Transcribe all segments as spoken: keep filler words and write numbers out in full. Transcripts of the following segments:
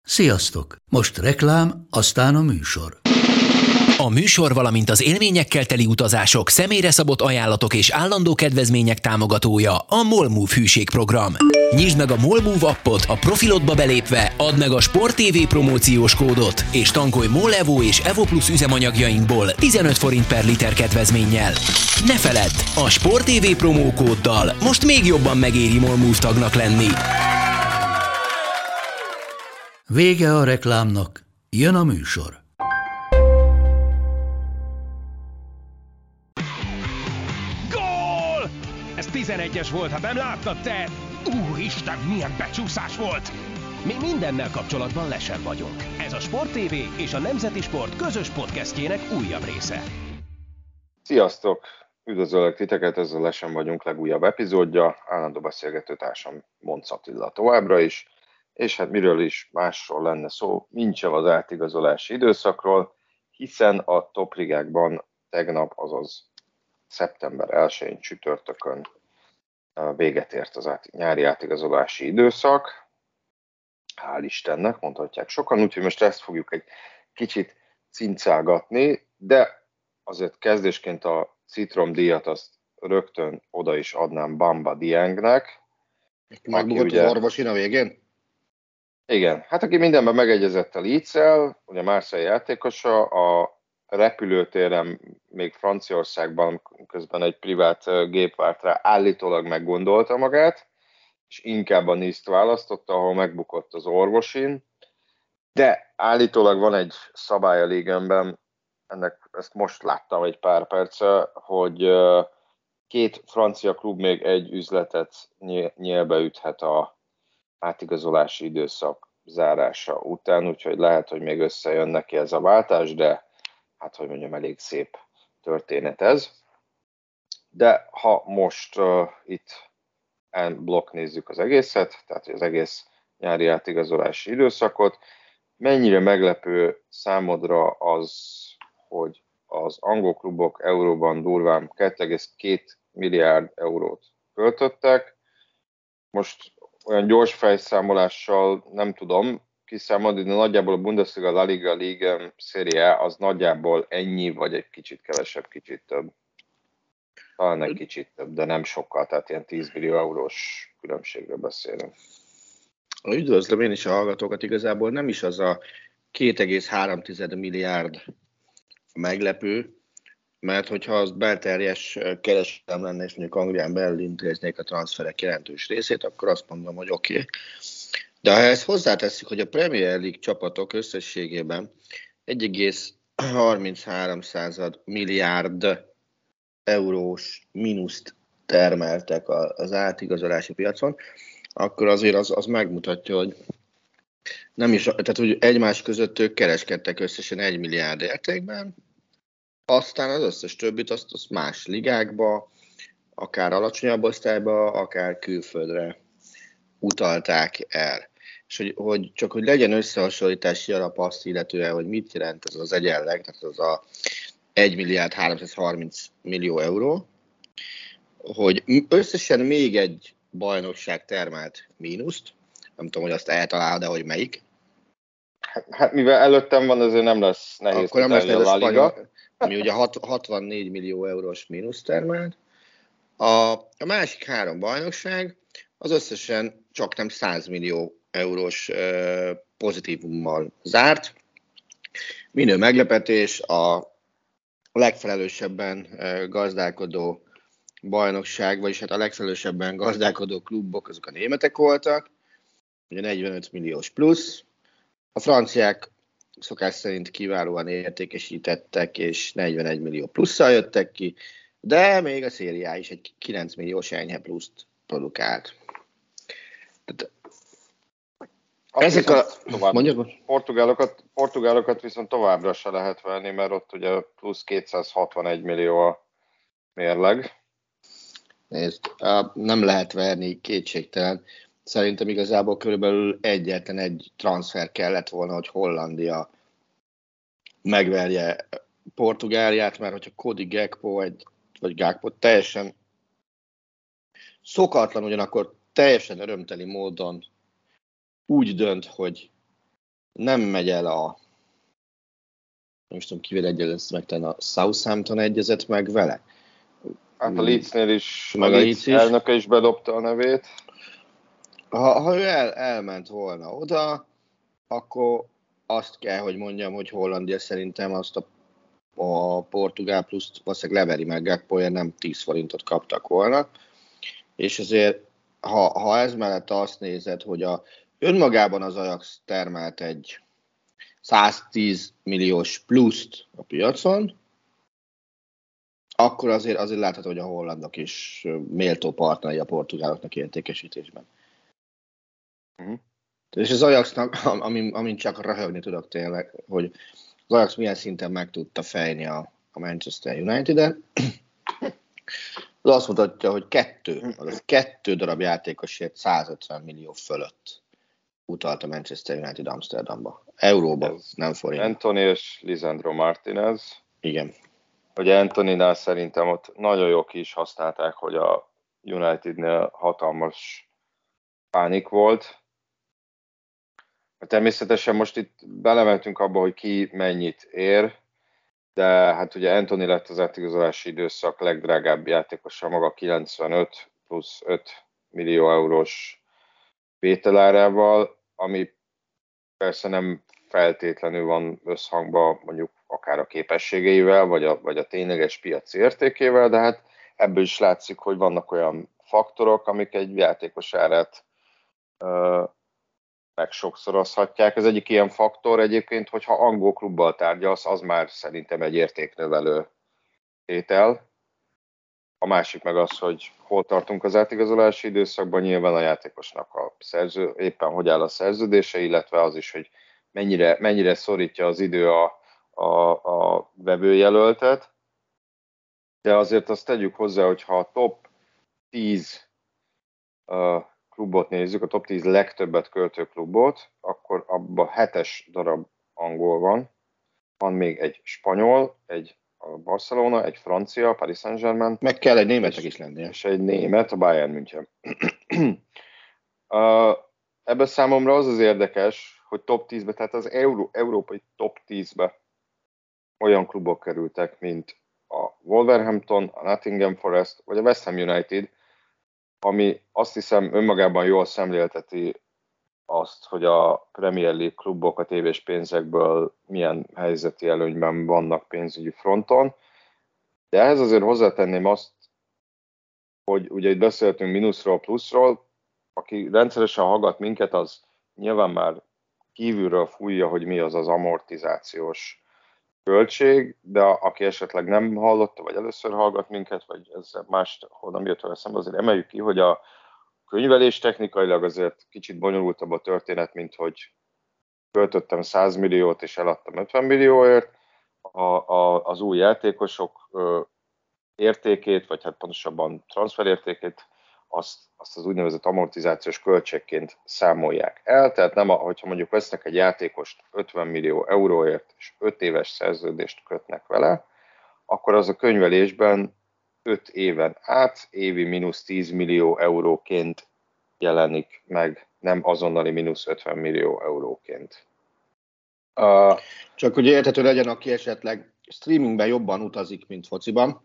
Sziasztok! Most reklám, aztán a műsor. A műsor, valamint az élményekkel teli utazások, személyre szabott ajánlatok és állandó kedvezmények támogatója a MOLMOVE hűségprogram. Nyisd meg a MOLMOVE appot, a profilodba belépve add meg a Sport té vé promóciós kódot, és tankolj MOL Evo és Evo Plus üzemanyagjainkból tizenöt forint per liter kedvezménnyel. Ne feledd, a Sport té vé promókóddal most még jobban megéri MOLMOVE tagnak lenni. Vége a reklámnak, jön a műsor. Gól! Ez tizenegyes volt, ha nem láttad te! Úristen, milyen becsúszás volt! Mi mindennel kapcsolatban lesen vagyunk. Ez a Sport té vé és a Nemzeti Sport közös podcastjének újabb része. Sziasztok! Üdvözöllek titeket, ez a Lesen vagyunk legújabb epizódja. Állandó beszélgetőtársam Monc Attila továbbra is. És hát miről is másról lenne szó, mint sem az átigazolási időszakról, hiszen a topligákban tegnap, azaz szeptember elsején csütörtökön véget ért az át, nyári átigazolási időszak. Hál' Istennek, mondhatják sokan, úgyhogy most ezt fogjuk egy kicsit cincálgatni, de azért kezdésként a citromdíjat azt rögtön oda is adnám Bamba Diengnek. Megbukott az orvosin a végén? Igen, hát aki mindenben megegyezett a Leeds-el, ugye Marseille játékosa, a repülőtéren még Franciaországban közben egy privát gép várt rá, állítólag meggondolta magát, és inkább a Nice-t választotta, ahol megbukott az orvosin, de állítólag van egy szabály a ligámban, ennek ezt most láttam egy pár perce, hogy két francia klub még egy üzletet nyílbe üthet a átigazolási időszak zárása után, úgyhogy lehet, hogy még összejön neki ez a váltás, de hát, hogy mondjam, elég szép történet ez. De ha most uh, itt en blokk nézzük az egészet, tehát az egész nyári átigazolási időszakot, mennyire meglepő számodra az, hogy az angol klubok euróban durván két egész két milliárd eurót költöttek. Most olyan gyors fejszámolással nem tudom kiszámolni, de nagyjából a Bundesliga, La Liga, Liga, Serie A az nagyjából ennyi, vagy egy kicsit kevesebb, kicsit több. Talán egy kicsit több, de nem sokkal, tehát ilyen tíz millió eurós különbségről beszélünk. Üdvözlöm én is a hallgatókat, igazából nem is az a két egész három milliárd meglepő, mert hogyha az belterjes kereskedelem lenne, és mondjuk Anglián belül intéznék a transferek jelentős részét, akkor azt mondom, hogy oké. Okay. De ha ezt hozzáteszik, hogy a Premier League csapatok összességében egy egész harminchárom milliárd eurós mínuszt termeltek az átigazolási piacon, akkor azért az, az megmutatja, hogy nem is, tehát hogy egymás között ők kereskedtek összesen egy milliárd értékben, aztán az összes többit azt, azt más ligákba, akár alacsonyabb osztályba, akár külföldre utalták el. És hogy, hogy csak hogy legyen összehasonlítási alap azt illetően, hogy mit jelent ez az egyenleg, tehát az a egy milliárd háromszázharminc millió euró, hogy összesen még egy bajnokság termelt mínuszt, nem tudom, hogy azt eltalálod, de hogy melyik. Hát, hát mivel előttem van, azért nem lesz nehéz. Akkor nem lesz nehéz a spanyol, ami ugye hatvannégy millió eurós mínusz termelt. A, a másik három bajnokság az összesen csak nem száz millió eurós uh, pozitívummal zárt. Minő meglepetés, a legfelelősebben uh, gazdálkodó bajnokság, vagyis hát a legfelelősebben gazdálkodó klubok azok a németek voltak, ugye negyvenöt milliós plusz. A franciák szokás szerint kiválóan értékesítettek, és negyvenegy millió plusszal jöttek ki, de még a Serie A is egy kilenc milliós enyhe pluszt produkált. Tehát ezek a... Portugálokat, portugálokat viszont továbbra se lehet venni, mert ott ugye plusz kétszázhatvanegy millió a mérleg. Nézd, nem lehet verni, kétségtelen. Szerintem igazából körülbelül egyetlen egy transfer kellett volna, hogy Hollandia megverje Portugáliát, mert hogyha Cody Gakpo vagy, vagy Gakpo teljesen szokatlan, ugyanakkor teljesen örömteli módon úgy dönt, hogy nem megy el a, nem is tudom, kivel egyezett meg, talán a Southampton egyezett meg vele. Hát a Leedsnél is, meg a Leeds is. elnöke is bedobta a nevét. Ha, ha ő el, elment volna oda, akkor azt kell, hogy mondjam, hogy Hollandia szerintem azt a, a portugál pluszt valószínűleg leveri meg, Gakpoért nem tíz forintot kaptak volna. És azért, ha, ha ez mellett azt nézed, hogy a, önmagában az Ajax termelt egy száztíz milliós pluszt a piacon, akkor azért, azért látható, hogy a hollandok is méltó partneri a portugáloknak értékesítésben. Uh-huh. És az Ajaxnak, amin, amin csak röhögni tudok tényleg, hogy az Ajax milyen szinten meg tudta fejni a, a Manchester United-et, az azt mutatja, hogy kettő, az kettő darab játékosért százötven millió fölött utalt a Manchester United Amsterdamba. Euróba, ez nem forint. Anthony és Lisandro Martinez. Igen. Hogy Anthonynál szerintem ott nagyon jó ki is használták, hogy a Unitednél hatalmas pánik volt. Természetesen most itt belemeltünk abba, hogy ki mennyit ér, de hát ugye Anthony lett az átigazolási időszak legdrágább játékosa, maga kilencvenöt plusz öt millió eurós vételárával, ami persze nem feltétlenül van összhangban mondjuk akár a képességeivel, vagy a, vagy a tényleges piaci értékével, de hát ebből is látszik, hogy vannak olyan faktorok, amik egy játékos árát ö, meg sokszorozhatják. Az egyik ilyen faktor egyébként, hogyha angol klubbal tárgyalsz, az már szerintem egy értéknövelő tétel. A másik meg az, hogy hol tartunk az átigazolási időszakban, nyilván a játékosnak a szerző, éppen hogy áll a szerződése, illetve az is, hogy mennyire, mennyire szorítja az idő a, a, a vevőjelöltet. De azért azt tegyük hozzá, hogy ha a top tíz uh, klubot nézzük, a top tíz legtöbbet költő klubot, akkor abban hetes darab angol van. Van még egy spanyol, egy a Barcelona, egy francia, a Paris Saint-Germain. Meg kell egy németek is lennie. És egy német, a Bayern München. uh, ebben számomra az az érdekes, hogy top tízbe, tehát az Euró- európai top tízbe olyan klubok kerültek, mint a Wolverhampton, a Nottingham Forest, vagy a West Ham United, ami azt hiszem önmagában jól szemlélteti azt, hogy a Premier League klubok a tévés pénzekből milyen helyzeti előnyben vannak pénzügyi fronton. De ehhez azért hozzátenném azt, hogy ugye itt beszéltünk mínuszról, pluszról, aki rendszeresen hallgat minket, az nyilván már kívülről fújja, hogy mi az az amortizációs költség, de aki esetleg nem hallotta, vagy először hallgat minket, vagy ezzel más honnan jött vele szembe, azért emeljük ki, hogy a könyvelés technikailag azért kicsit bonyolultabb a történet, mint hogy költöttem száz milliót és eladtam ötven millióért. A, a, az új játékosok ö, értékét, vagy hát pontosabban transferértékét, azt, azt az úgynevezett amortizációs költségként számolják el. Tehát nem, a, hogyha mondjuk vesznek egy játékost ötven millió euróért, és öt éves szerződést kötnek vele, akkor az a könyvelésben öt éven át évi mínusz tíz millió euróként jelenik meg, nem azonnali mínusz ötven millió euróként. Uh, Csak hogy érthető legyen, aki esetleg streamingben jobban utazik, mint fociban,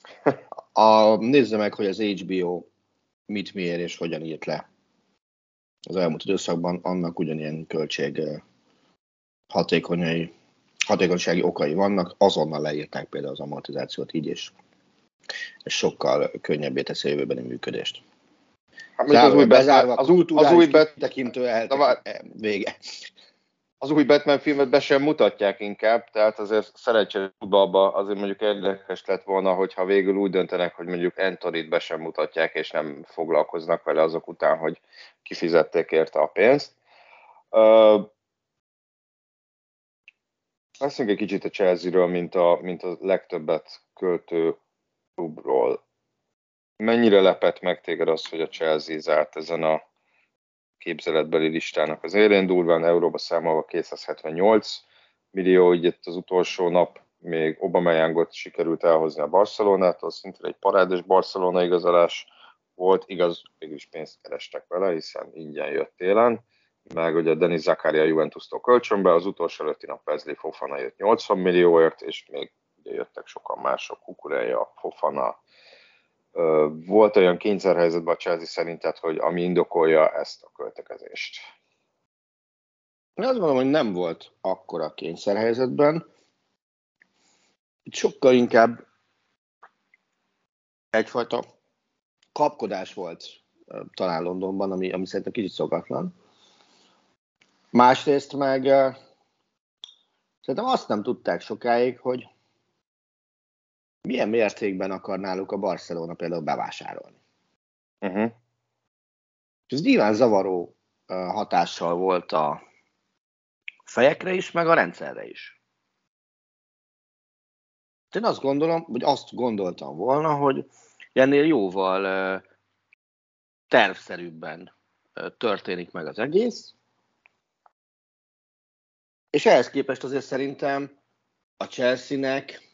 a, nézze meg, hogy az há bé o mit, miért és hogyan írt le az elmúlt időszakban, annak ugyanilyen költség hatékonyai, hatékonysági okai vannak, azonnal leírták például az amortizációt így, és ez sokkal könnyebbé teszi a jövőbeni működést. Hát, az új bezárva, az, az, az új bet... tekintő eltek, vége. Az új Batman filmet be sem mutatják inkább, tehát azért szerencsére futballba azért mondjuk érdekes lett volna, hogyha végül úgy döntenek, hogy mondjuk Anthonyt be sem mutatják, és nem foglalkoznak vele azok után, hogy kifizették érte a pénzt. Uh, Beszéljünk egy kicsit a Chelsea-ről, mint a, mint a legtöbbet költő klubról. Mennyire lepett meg téged az, hogy a Chelsea zárt ezen a képzeletbeli listának az élén, durván euróba számolva kétszázhetvennyolc millió, így itt az utolsó nap még Aubameyangot sikerült elhozni a Barcelonától, szintén egy parádes Barcelona igazolás volt, igaz, mégis pénzt kerestek vele, hiszen ingyen jött télen, meg ugye Denis Zakaria Juventustól kölcsönbe, az utolsó előtti nap Wesley Fofana jött nyolcvan millióért, és még ugye jöttek sokan mások, Kukureya, Fofana. Volt olyan kényszerhelyzetben a Chelsea szerinted, hogy ami indokolja ezt a költekezést? Én azt gondolom, hogy nem volt akkora kényszerhelyzetben. Itt sokkal inkább egyfajta kapkodás volt talán Londonban, ami, ami szerintem kicsit szokatlan. Másrészt meg szerintem azt nem tudták sokáig, hogy milyen mértékben akar náluk a Barcelona például bevásárolni. Uh-huh. Ez nyilván zavaró hatással volt a fejekre is, meg a rendszerre is. Én azt gondolom, vagy azt gondoltam volna, hogy ennél jóval tervszerűbben történik meg az egész, és ehhez képest azért szerintem a Chelsea-nek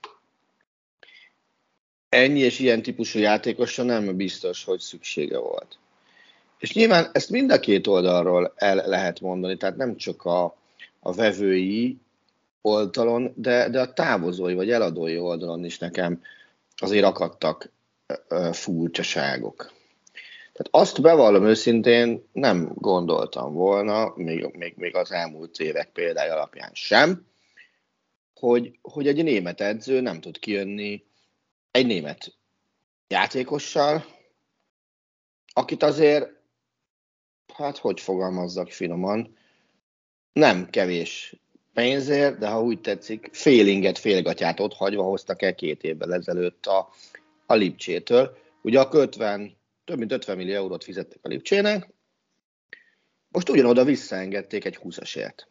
ennyi és ilyen típusú játékosra nem biztos, hogy szüksége volt. És nyilván ezt mind a két oldalról el lehet mondani, tehát nem csak a, a vevői oldalon, de, de a távozói vagy eladói oldalon is nekem azért akadtak furcsaságok. Tehát azt bevallom őszintén, nem gondoltam volna, még, még, még az elmúlt évek példája alapján sem, hogy, hogy egy német edző nem tud kijönni egy német játékossal, akit azért, hát hogy fogalmazzak finoman, nem kevés pénzért, de ha úgy tetszik, fél inget, fél gatyát ott hagyva hoztak el két évvel ezelőtt a, a Lipcsétől. Ugye a ötven, több mint ötven millió eurót fizettek a Lipcsének, most ugyanoda visszaengedték egy húszasért.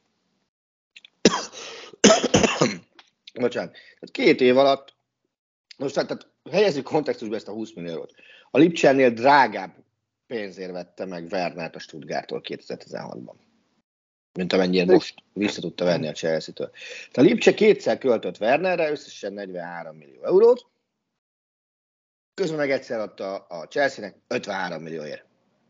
Bocsánat. Tehát két év alatt, most tehát helyezzük kontextusba ezt a húsz millió eurót. A Lipcsénél drágább pénzért vette meg Wernert a Stuttgarttól kétezer-tizenhatban. Mint amennyire most vissza tudta venni a Chelsea-től. A Lipcse kétszer költött Wernerre, összesen negyvenhárom millió eurót, közben meg egyszer adta a Chelsea-nek ötvenhárom millióért.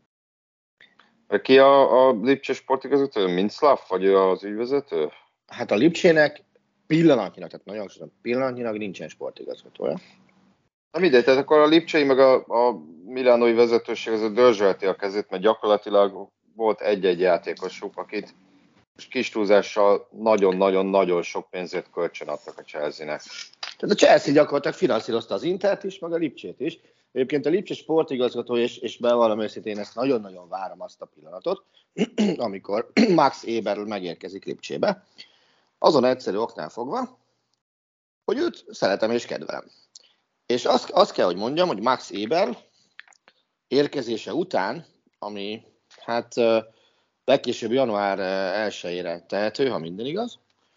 Ki a, a Lipcse sportigazgató? Mintzlaff, vagy az ügyvezető? Hát a Lipcsének pillanatnyilag, tehát nagyon sokan pillanatnyilag nincsen sportigazgatója. Na mindegy, tehát akkor a Lipcsei meg a, a milánói vezetőség azért dörzsölti a kezét, mert gyakorlatilag volt egy-egy játékosuk, akit kis túlzással nagyon-nagyon-nagyon sok pénzért kölcsön adtak a Chelsea-nek. Tehát a Chelsea gyakorlatilag finanszírozta az Intert is, meg a Lipcsét is. Egyébként a Lipcse sportigazgató, és, és bevallom őszintén, ezt nagyon-nagyon várom azt a pillanatot, amikor Max Eberl megérkezik Lipcsébe. Azon egyszerű oknál fogva, hogy őt szeretem és kedvelem. És azt, azt kell, hogy mondjam, hogy Max Eberl érkezése után, ami hát legkésőbb január elsejére tehető, ha minden igaz,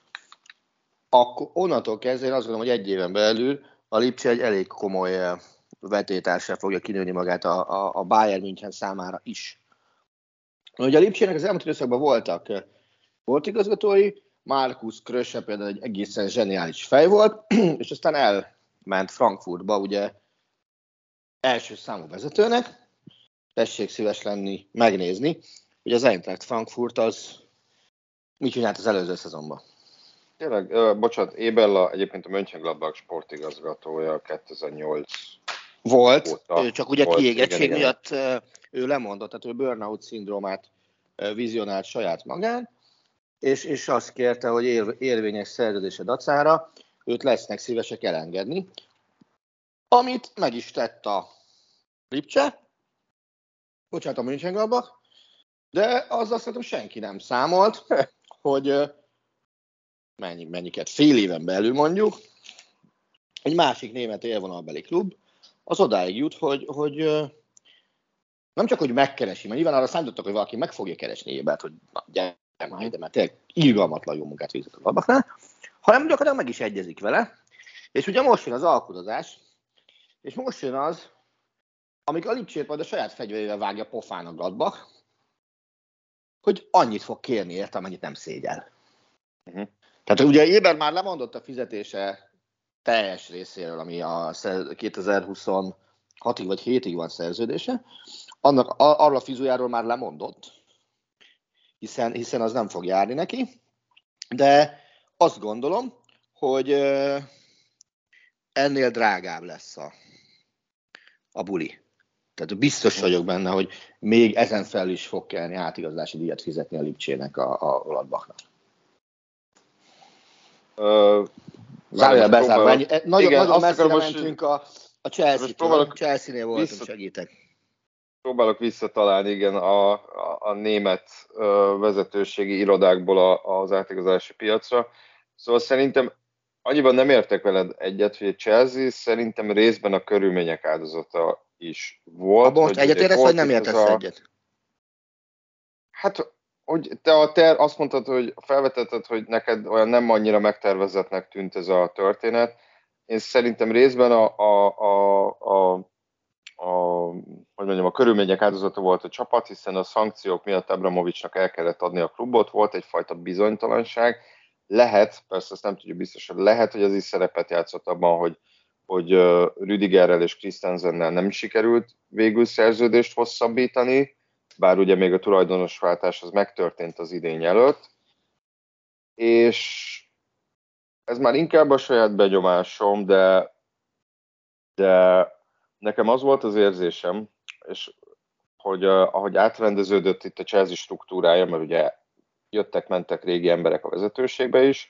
akkor onnantól kezdve én azt gondolom, hogy egy éven belül a Lipcse egy elég komoly vetétársá fogja kinőni magát a, a, a Bayern München számára is. Ugye a Lipcsének az elmúlt időszakban voltak sportigazgatói, Markus Krösche például egy egészen zseniális fej volt, és aztán elment Frankfurtba, ugye első számú vezetőnek, tessék szíves lenni, megnézni, hogy az Eintracht Frankfurt az mit csinált az előző szezonban. Tényleg, uh, bocsánat, Eberl egyébként a Mönchengladbach sportigazgatója kétezer-nyolc volt, óta. Csak ugye volt, kiégettség igen, miatt igen. Ő lemondott, tehát ő burnout szindrómát vizionált saját magán, és, és azt kérte, hogy ér, érvényes szerződése dacára őt lesznek szívesek elengedni, amit meg is tett a Lipcse, bocsánat, a Mönchengladbach, de azzal szerintem senki nem számolt, hogy mennyi, mennyiket fél éven belül mondjuk, egy másik német élvonalbeli klub az odáig jut, hogy, hogy nem csak, hogy megkeresi, mert nyilván arra számítottak, hogy valaki meg fogja keresni Ébert, hogy na, gyere már ide, mert tényleg irgalmatlan jó munkát végzett a Gladbachnál, hanem gyakorlatilag meg is egyezik vele, és ugye most jön az alkudozás, és most jön az, amikor a Lipcsét majd a saját fegyverével vágja pofán a Gladbach, hogy annyit fog kérni érte, amennyit nem szégyel. Uh-huh. Tehát ugye Éber már lemondott a fizetése teljes részéről, ami a kétezer-huszonhatig vagy hétig van szerződése, annak arról a fizujáról már lemondott, hiszen, hiszen az nem fog járni neki, de azt gondolom, hogy ennél drágább lesz a, a buli. Tehát biztos vagyok benne, hogy még ezen felül is fog kelleni átigazolási díjat fizetni a Lipcsének, a, a Gladbachnak. Uh, Zárójel bezárva. Ennyi. Nagyon, igen, nagyon messzire mentünk a, a Chelsea-től. Chelsea-nél voltunk, vissza, segítek. Próbálok visszatalálni, igen, a, a, a német uh, vezetőségi irodákból a, az átigazolási piacra. Szóval szerintem annyiban nem értek veled egyet, hogy a Chelsea szerintem részben a körülmények áldozata is volt. Ha most egyet éresz, vagy nem értesz a... egyet? Hát, hogy te a ter azt mondtad, hogy felvetetted, hogy neked olyan nem annyira megtervezettnek tűnt ez a történet. Én szerintem részben a, a, a, a, a, hogy mondjam, a körülmények áldozata volt a csapat, hiszen a szankciók miatt Abramovicsnak el kellett adni a klubot, volt egyfajta bizonytalanság. Lehet, persze ezt nem tudjuk biztosan, lehet, hogy az is szerepet játszott abban, hogy, hogy Rüdigerrel és Christensennel nem sikerült végül szerződést hosszabbítani, bár ugye még a tulajdonosváltás az megtörtént az idény előtt, és ez már inkább a saját benyomásom, de, de nekem az volt az érzésem, és hogy ahogy átrendeződött itt a Chelsea struktúrája, mert ugye jöttek-mentek régi emberek a vezetőségbe is,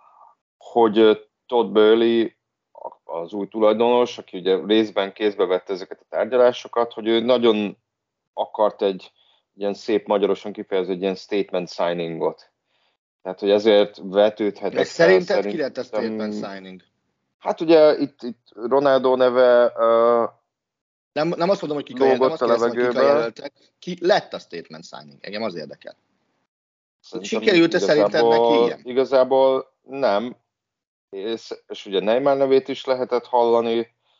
hogy Todd Boehly, az új tulajdonos, aki ugye részben kézbe vette ezeket a tárgyalásokat, hogy ő nagyon akart egy ilyen szép magyarosan kifejező, egy ilyen statement signingot. Tehát, hogy ezért vetődhetett. De szerinted szerintem, ki lett a statement signing? Hát ugye itt, itt Ronaldo neve uh, nem, nem azt mondom, hogy kik a jelöltek. Ki lett a statement signing? Engem az érdekel. Sikerült-e szerinted neki ilyen? Igazából nem. És, és ugye Neymar nevét is lehetett hallani,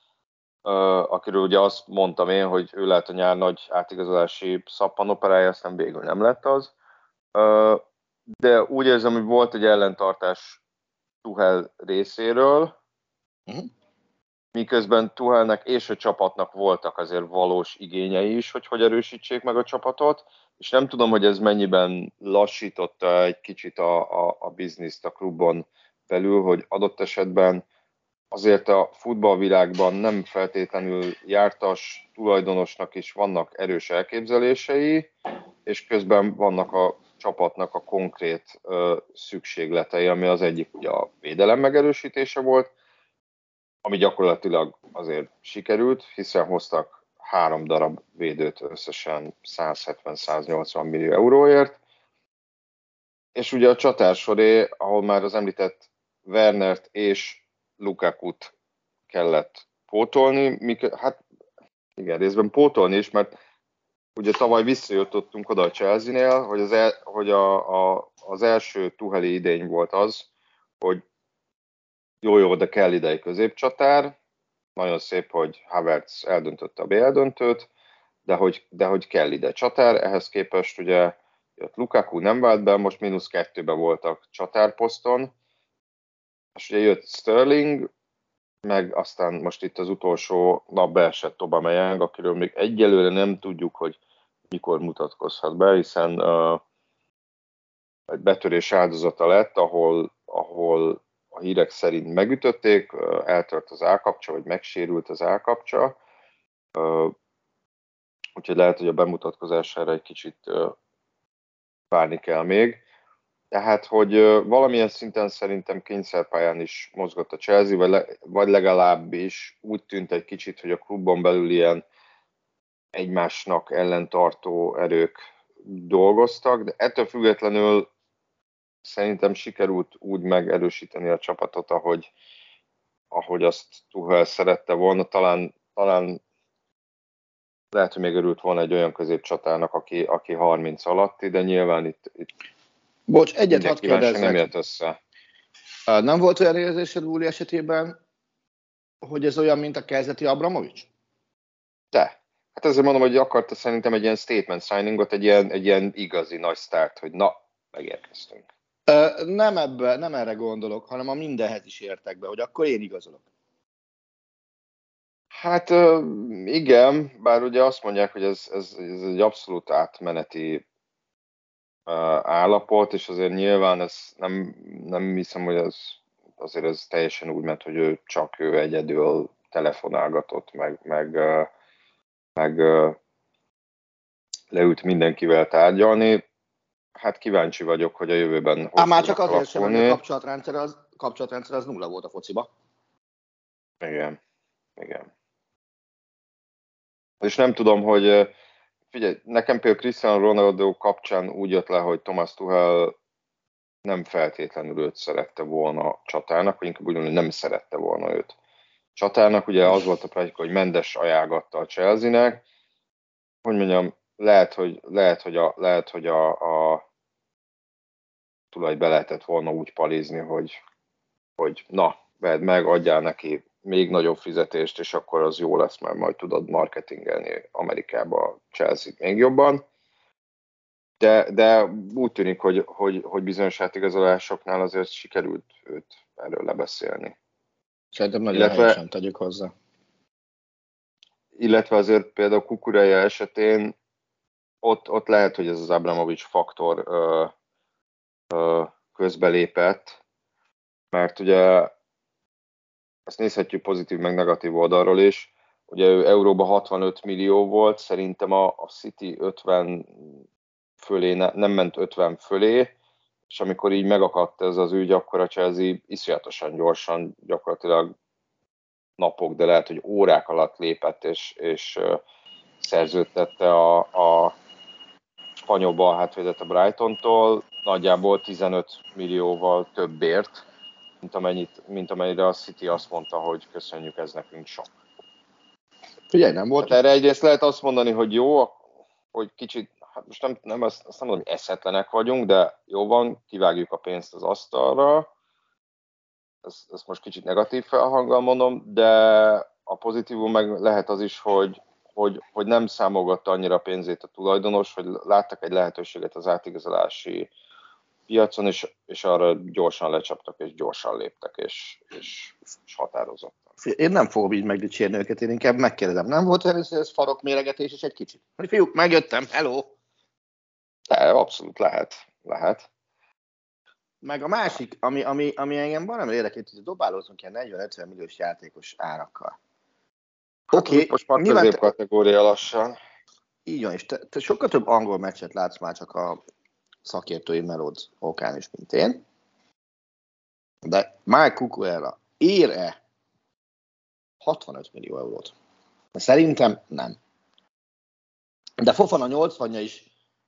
uh, akiről ugye azt mondtam én, hogy ő lehet a nyár nagy átigazolási szappanoperája, aztán végül nem lett az. Uh, de úgy érzem, hogy volt egy ellentartás Tuchel részéről, uh-huh. miközben Tuchelnek és a csapatnak voltak azért valós igényei is, hogy hogy erősítsék meg a csapatot, és nem tudom, hogy ez mennyiben lassította egy kicsit a, a, a bizniszt a klubon belül, hogy adott esetben azért a futballvilágban nem feltétlenül jártas tulajdonosnak is vannak erős elképzelései, és közben vannak a csapatnak a konkrét ö, szükségletei, ami az egyik ugye a védelem megerősítése volt, ami gyakorlatilag azért sikerült, hiszen hoztak három darab védőt összesen száz hetven száz nyolcvan millió euróért, és ugye a csatársoré, ahol már az említett Wernert és Lukakut kellett pótolni, mik, hát igen, részben pótolni is, mert ugye tavaly visszajutottunk oda a Chelsea-nél, hogy, az, el, hogy a, a, az első Tucheli idény volt az, hogy jó-jó, de kell ide egy középcsatár, nagyon szép, hogy Havertz eldöntötte a bé el döntőt, de hogy, de hogy kell ide csatár, ehhez képest ugye jött Lukaku, nem vált be, most mínusz kettőben voltak csatárposzton, és ugye jött Sterling, meg aztán most itt az utolsó nap beesett Aubameyang, akiről még egyelőre nem tudjuk, hogy mikor mutatkozhat be, hiszen uh, egy betörés áldozata lett, ahol, ahol a hírek szerint megütötték, uh, eltört az állkapcsa, vagy megsérült az állkapcsa, uh, úgyhogy lehet, hogy a bemutatkozására egy kicsit uh, várni kell még. Tehát, hogy uh, valamilyen szinten szerintem kényszerpályán is mozgott a Chelsea, vagy, le, vagy legalábbis úgy tűnt egy kicsit, hogy a klubon belül ilyen egymásnak ellentartó erők dolgoztak, de ettől függetlenül szerintem sikerült úgy megerősíteni a csapatot, ahogy, ahogy azt Tuchel szerette volna. Talán, talán lehet, hogy még örült volna egy olyan középcsatának, aki, aki harminc alatti, de nyilván itt, itt Bocs, egyet hadd kérdezzek. Nem jött össze. Nem volt olyan érzésed Búli esetében, hogy ez olyan, mint a kezdeti Abramovics? De. Hát ezért mondom, hogy akarta szerintem egy ilyen statement signingot, egy ilyen, egy ilyen igazi nagy sztárt, hogy na, megérkeztünk. Nem ebbe, nem erre gondolok, hanem a mindenhez is értek be, hogy akkor én igazolok. Hát igen, bár ugye azt mondják, hogy ez, ez, ez egy abszolút átmeneti állapot, és azért nyilván ez nem, nem hiszem, hogy ez, azért ez teljesen úgy ment, hogy ő csak ő egyedül telefonálgatott, meg, meg, meg leült mindenkivel tárgyalni. Hát kíváncsi vagyok, hogy a jövőben hogy Á, már csak azért sem, alakulni. hogy a kapcsolatrendszer az, kapcsolatrendszer az nulla volt a fociba. Igen, igen. És nem tudom, hogy figyelj, nekem például Cristiano Ronaldo kapcsán úgy jött le, hogy Thomas Tuchel nem feltétlenül őt szerette volna csatának, vagy inkább úgy mondom, hogy nem szerette volna őt csatának. Ugye az volt a plátika, hogy Mendes ajánlgatta a Chelsea-nek. Hogy mondjam, lehet, hogy, lehet, hogy, a, lehet, hogy a, a tulaj be lehetett volna úgy palizni, hogy, hogy na, vedd meg, adjál neki még nagyobb fizetést, és akkor az jó lesz, mert majd tudod marketingelni Amerikába a Chelsea-t még jobban. De, de úgy tűnik, hogy, hogy, hogy bizonyos átigazolásoknál azért sikerült őt erről lebeszélni. Szerintem nagyon illetve, helyesen tegyük hozzá. Illetve azért például Kukureya esetén ott, ott lehet, hogy ez az Abramovics faktor ö, ö, közbelépett, mert ugye ezt nézhetjük pozitív meg negatív oldalról is. Ugye ő euróban hatvanöt millió volt, szerintem a, a City ötven fölé, ne, nem ment ötven fölé, és amikor így megakadt ez az ügy, akkor a Chelsea iszonyatosan gyorsan, gyakorlatilag napok, de lehet, hogy órák alatt lépett, és, és uh, szerződtette a, a spanyol balhátvédet a Brightontól, nagyjából tizenöt millióval többért, mint, amennyit, mint amennyire a City azt mondta, hogy köszönjük, ez nekünk sok. Figyelj, nem volt. Hát erre egyrészt lehet azt mondani, hogy jó, hogy kicsit, hát most nem, nem azt, azt nem mondom, hogy eszetlenek vagyunk, de jó van, kivágjuk a pénzt az asztalra. Ezt, ezt most kicsit negatív felhanggal mondom, de a pozitívum meg lehet az is, hogy, hogy, hogy nem számolgatta annyira a pénzét a tulajdonos, hogy láttak egy lehetőséget az átigazolási piacon, és, és arra gyorsan lecsaptak, és gyorsan léptek, és, és, és határozottan. Én nem fogom így megdicsérni őket, én inkább megkérdezem. Nem volt először ez farokméregetés is egy kicsit? Hogy fiúk, megjöttem, hello! De abszolút lehet, lehet. Meg a másik, ami, ami, ami engem valami érdekelt, hogy dobálózunk ilyen negyven-ötven milliós játékos árakkal. Hát Oké, okay, most már középkategória lassan. Így van, és te, te sokkal több angol meccset látsz már csak a szakértői melód okán is, mint én. De Mike Cucurella ér-e hatvanöt millió eurót? Szerintem nem. De Fofana nyolcvanja is,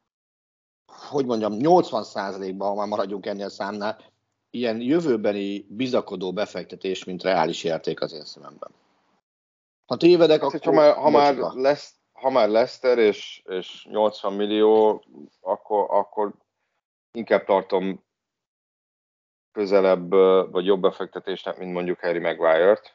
hogy mondjam, nyolcvan százalékban, ha már maradjunk ennél a számnál, ilyen jövőbeni bizakodó befektetés, mint reális érték az én szememben. Ha tévedek, hát, akkor... Ha már, ha már, lesz, ha már Leicester és, és nyolcvan millió, akkor, akkor inkább tartom közelebb vagy jobb befektetésnek, mint mondjuk Harry Maguire-t.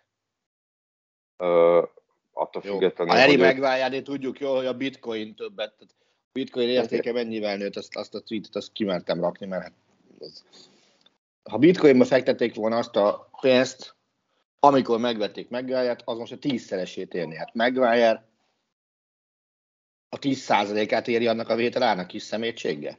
Uh, attól jó. függetlenül, a Harry hogy Maguire-nél tudjuk jól, hogy a bitcoin többet, tehát a bitcoin értéke mennyivel nőtt, azt, azt a tweetet azt kimertem rakni, mert hát az... ha bitcoinba fektették volna azt a pénzt, amikor megvették Maguire-t, az most a tízszeresét érni. Hát Maguire a tíz százalékát éri annak a vételának kis szemétséggel.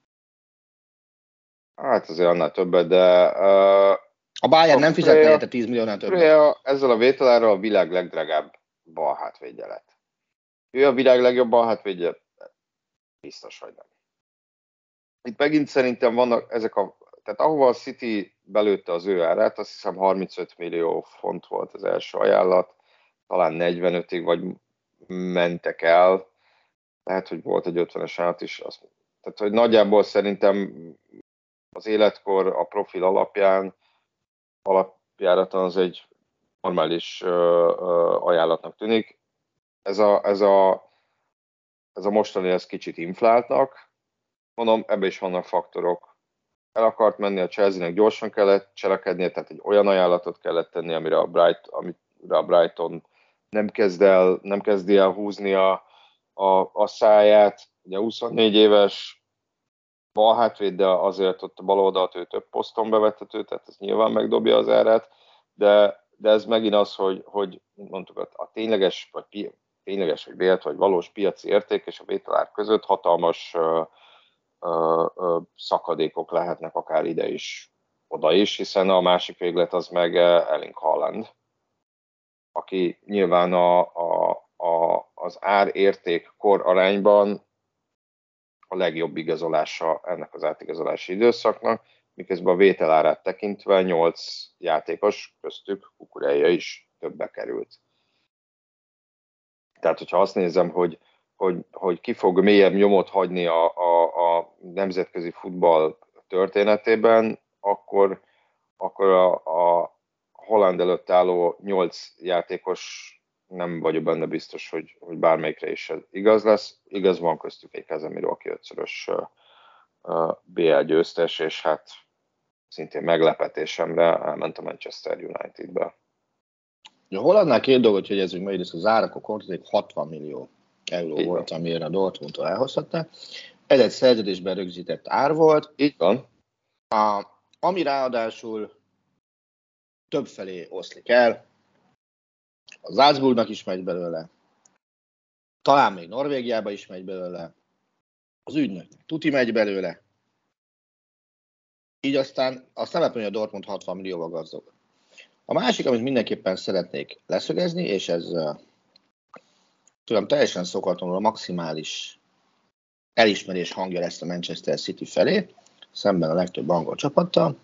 Hát azért annál többet, de... Uh, a Bayern nem fizetne érte tíz milliónál többet. Ezzel a vételára a világ legdrágább balhátvédje lett. Ő a világ legjobb balhátvédje? Biztos, hogy nem. Itt megint szerintem vannak ezek a... Tehát ahova a City belőtte az ő árát, azt hiszem harmincöt millió font volt az első ajánlat, talán negyvenötig vagy mentek el, lehet, hogy volt egy ötvenes át is. Azt, tehát, hogy nagyjából szerintem az életkor a profil alapján alapjáraton az egy normális uh, uh, ajánlatnak tűnik. Ez a, ez, a, ez a mostani ez kicsit infláltnak. Mondom, ebben is vannak faktorok. El akart menni a Chelsea-nek, gyorsan kellett cselekednie, tehát egy olyan ajánlatot kellett tenni, amire a, Bright, amire a Brighton nem kezd el, nem kezdi el húzni a, a, a száját. Ugye huszonnégy éves balhátvéd, de azért ott a bal oldalt ő több poszton bevethető, tehát ez nyilván megdobja az árát, de, de ez megint az, hogy, hogy mondtuk, a tényleges, vagy pi, tényleges, vagy vélt, vagy valós piaci érték és a vételár között hatalmas uh, ö, ö, szakadékok lehetnek akár ide is, oda is, hiszen a másik véglet az meg Erling Haaland, aki nyilván a, a, a, az ár-érték-kor arányban a legjobb igazolása ennek az átigazolási időszaknak, miközben a vételárát tekintve nyolc játékos, köztük Kukureya is többbe került. Tehát, hogyha azt nézem, hogy, hogy, hogy ki fog mélyebb nyomot hagyni a, a, a nemzetközi futball történetében, akkor, akkor a, a Haaland előtt álló nyolc játékos nem vagyok benne biztos, hogy, hogy bármelyikre is igaz lesz. Igaz, van köztük egy Casemiro, aki ötszörös uh, bé el győztes, és hát szintén meglepetésemre elment a Manchester Unitedbe. Ja, Haalandnál két dolgot jegyezünk meg, egyrészt az árak, a kontraték hatvan millió euró Így volt, van. amire a Dortmundtól elhozhatta. Ez egy szerződésben rögzített ár volt. Így van. A, ami ráadásul többfelé oszlik el. A Salzburgnak is megy belőle, talán még Norvégiába is megy belőle, az ügynöknek tuti megy belőle, így aztán azt nem lehet mondani, hogy a Dortmund hatvan millióval gazdag. A másik, amit mindenképpen szeretnék leszögezni, és ez uh, tudom teljesen szokatlanul a maximális elismerés hangja lesz a Manchester City felé, szemben a legtöbb angol csapattal.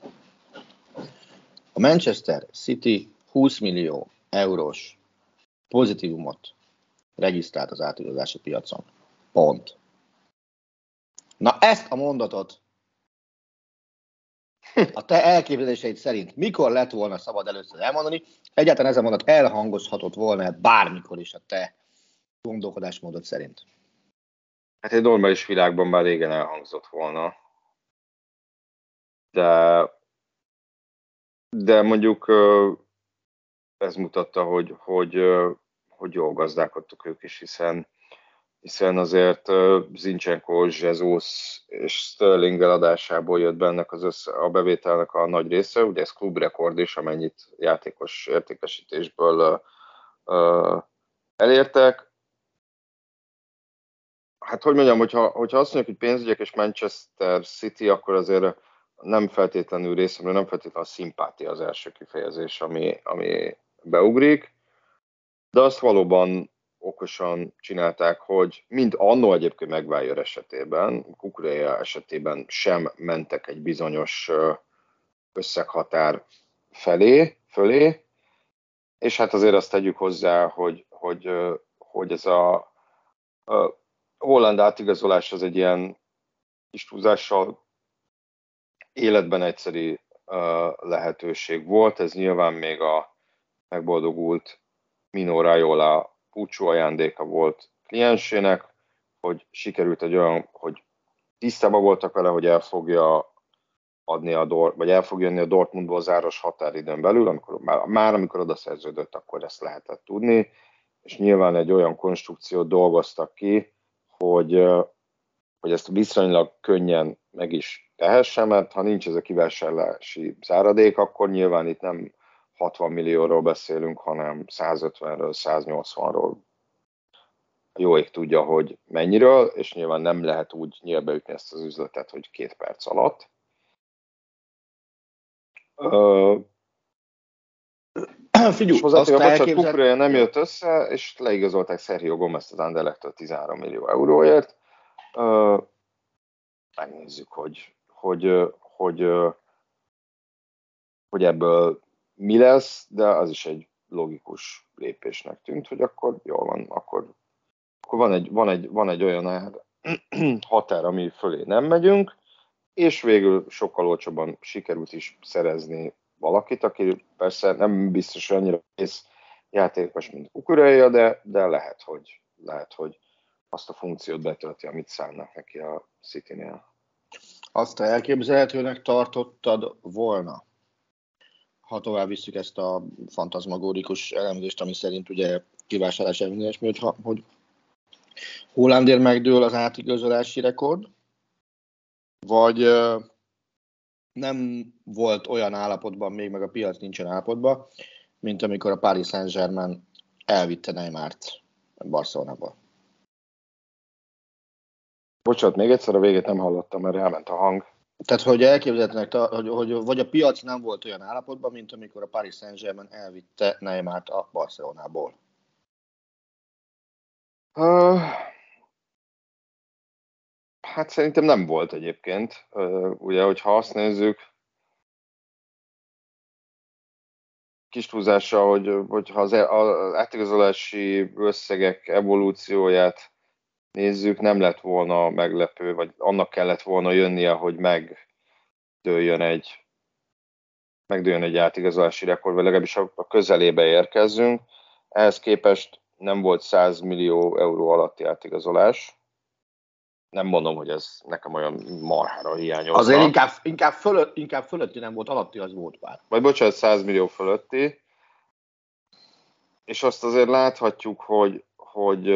A Manchester City húsz millió eurós pozitívumot regisztrált az átigazolási piacon. Pont. Na ezt a mondatot a te elképzeléseid szerint mikor lett volna szabad először elmondani? Egyáltalán ez a mondat elhangozhatott volna bármikor is a te gondolkodásmódod szerint? Hát egy normális világban már régen elhangzott volna. De, de mondjuk ez mutatta, hogy, hogy, hogy jól gazdálkodtuk ők is, hiszen, hiszen azért Zinchenko, Jesus és Sterling eladásából jött bennek az össze, a bevételnek a nagy része, ugye ez klubrekord is, amennyit játékos értékesítésből uh, elértek. Hát hogy mondjam, hogyha, hogyha azt mondjuk, hogy pénzügyek és Manchester City, akkor azért nem feltétlenül részemről, nem feltétlenül a szimpátia az első kifejezés, ami, ami beugrik, de azt valóban okosan csinálták, hogy mind annó egyébként Maguire esetében, Kukureya esetében sem mentek egy bizonyos összeghatár felé, fölé, és hát azért azt tegyük hozzá, hogy, hogy, hogy ez a, a Haaland átigazolás az egy ilyen kis túlzással életben egyszeri lehetőség volt, ez nyilván még a megboldogult Mino Raiola búcsú ajándéka volt kliensének, hogy sikerült egy olyan, hogy tisztában voltak vele, hogy el fogja adni a Dort, vagy el fog jönni a Dortmundból záros határidőn belül, amikor, már, már amikor oda szerződött, akkor ezt lehetett tudni, és nyilván egy olyan konstrukciót dolgoztak ki, hogy, hogy ezt viszonylag könnyen meg is tehessen, mert ha nincs ez a kivásárlási záradék, akkor nyilván itt nem hatvan millióról beszélünk, hanem százötvenről, száznyolcvanról. Jó ég tudja, hogy mennyiről, és nyilván nem lehet úgy nyílbeütni ezt az üzletet, hogy két perc alatt. Uh, Figyelj, és hozzátérve, bocsánat, elképzel... Kukureya nem jött össze, és leigazolták Sergio Gómezt az Anderlechtől tizenhárom millió euróért. Uh, megnézzük, hogy, hogy, hogy, hogy ebből mi lesz, de az is egy logikus lépésnek tűnt, hogy akkor jól van, akkor, akkor van, egy, van, egy, van egy olyan ár, határ, ami fölé nem megyünk, és végül sokkal olcsóban sikerült is szerezni valakit, aki persze nem biztos annyira kész játékos, mint Kukureya, de, de lehet, hogy, lehet, hogy azt a funkciót betölti, amit szánnak neki a Citynél. Azt elképzelhetőnek tartottad volna, ha tovább visszük ezt a fantazmagórikus elemzést, ami szerint ugye kivásárlás elmondás miatt, ha, hogy Haalandért megdől az átigazolási rekord, vagy euh, nem volt olyan állapotban, még meg a piac nincsen állapotban, mint amikor a Paris Saint-Germain elvitte Neymart Barcelonába. Bocsánat, még egyszer a végét nem hallottam, mert elment a hang. Tehát, hogy elképzelhetnek, hogy, hogy vagy a piac nem volt olyan állapotban, mint amikor a Paris Saint-Germain elvitte Neymart a Barcelonából. Uh, hát szerintem nem volt egyébként. Uh, ugye, hogyha azt nézzük, kis túlzással, hogy, hogyha az, az átigazolási összegek evolúcióját nézzük, nem lett volna meglepő, vagy annak kellett volna jönnie, hogy megdőljön egy, megdőljön egy átigazolási rekord, vagy legalábbis a közelébe érkezzünk. Ehhez képest nem volt száz millió euró alatti átigazolás. Nem mondom, hogy ez nekem olyan marhára hiányozna. Azért inkább, inkább, fölött, inkább fölötti nem volt, alatti az volt már. Vagy bocsánat, száz millió fölötti. És azt azért láthatjuk, hogy, hogy,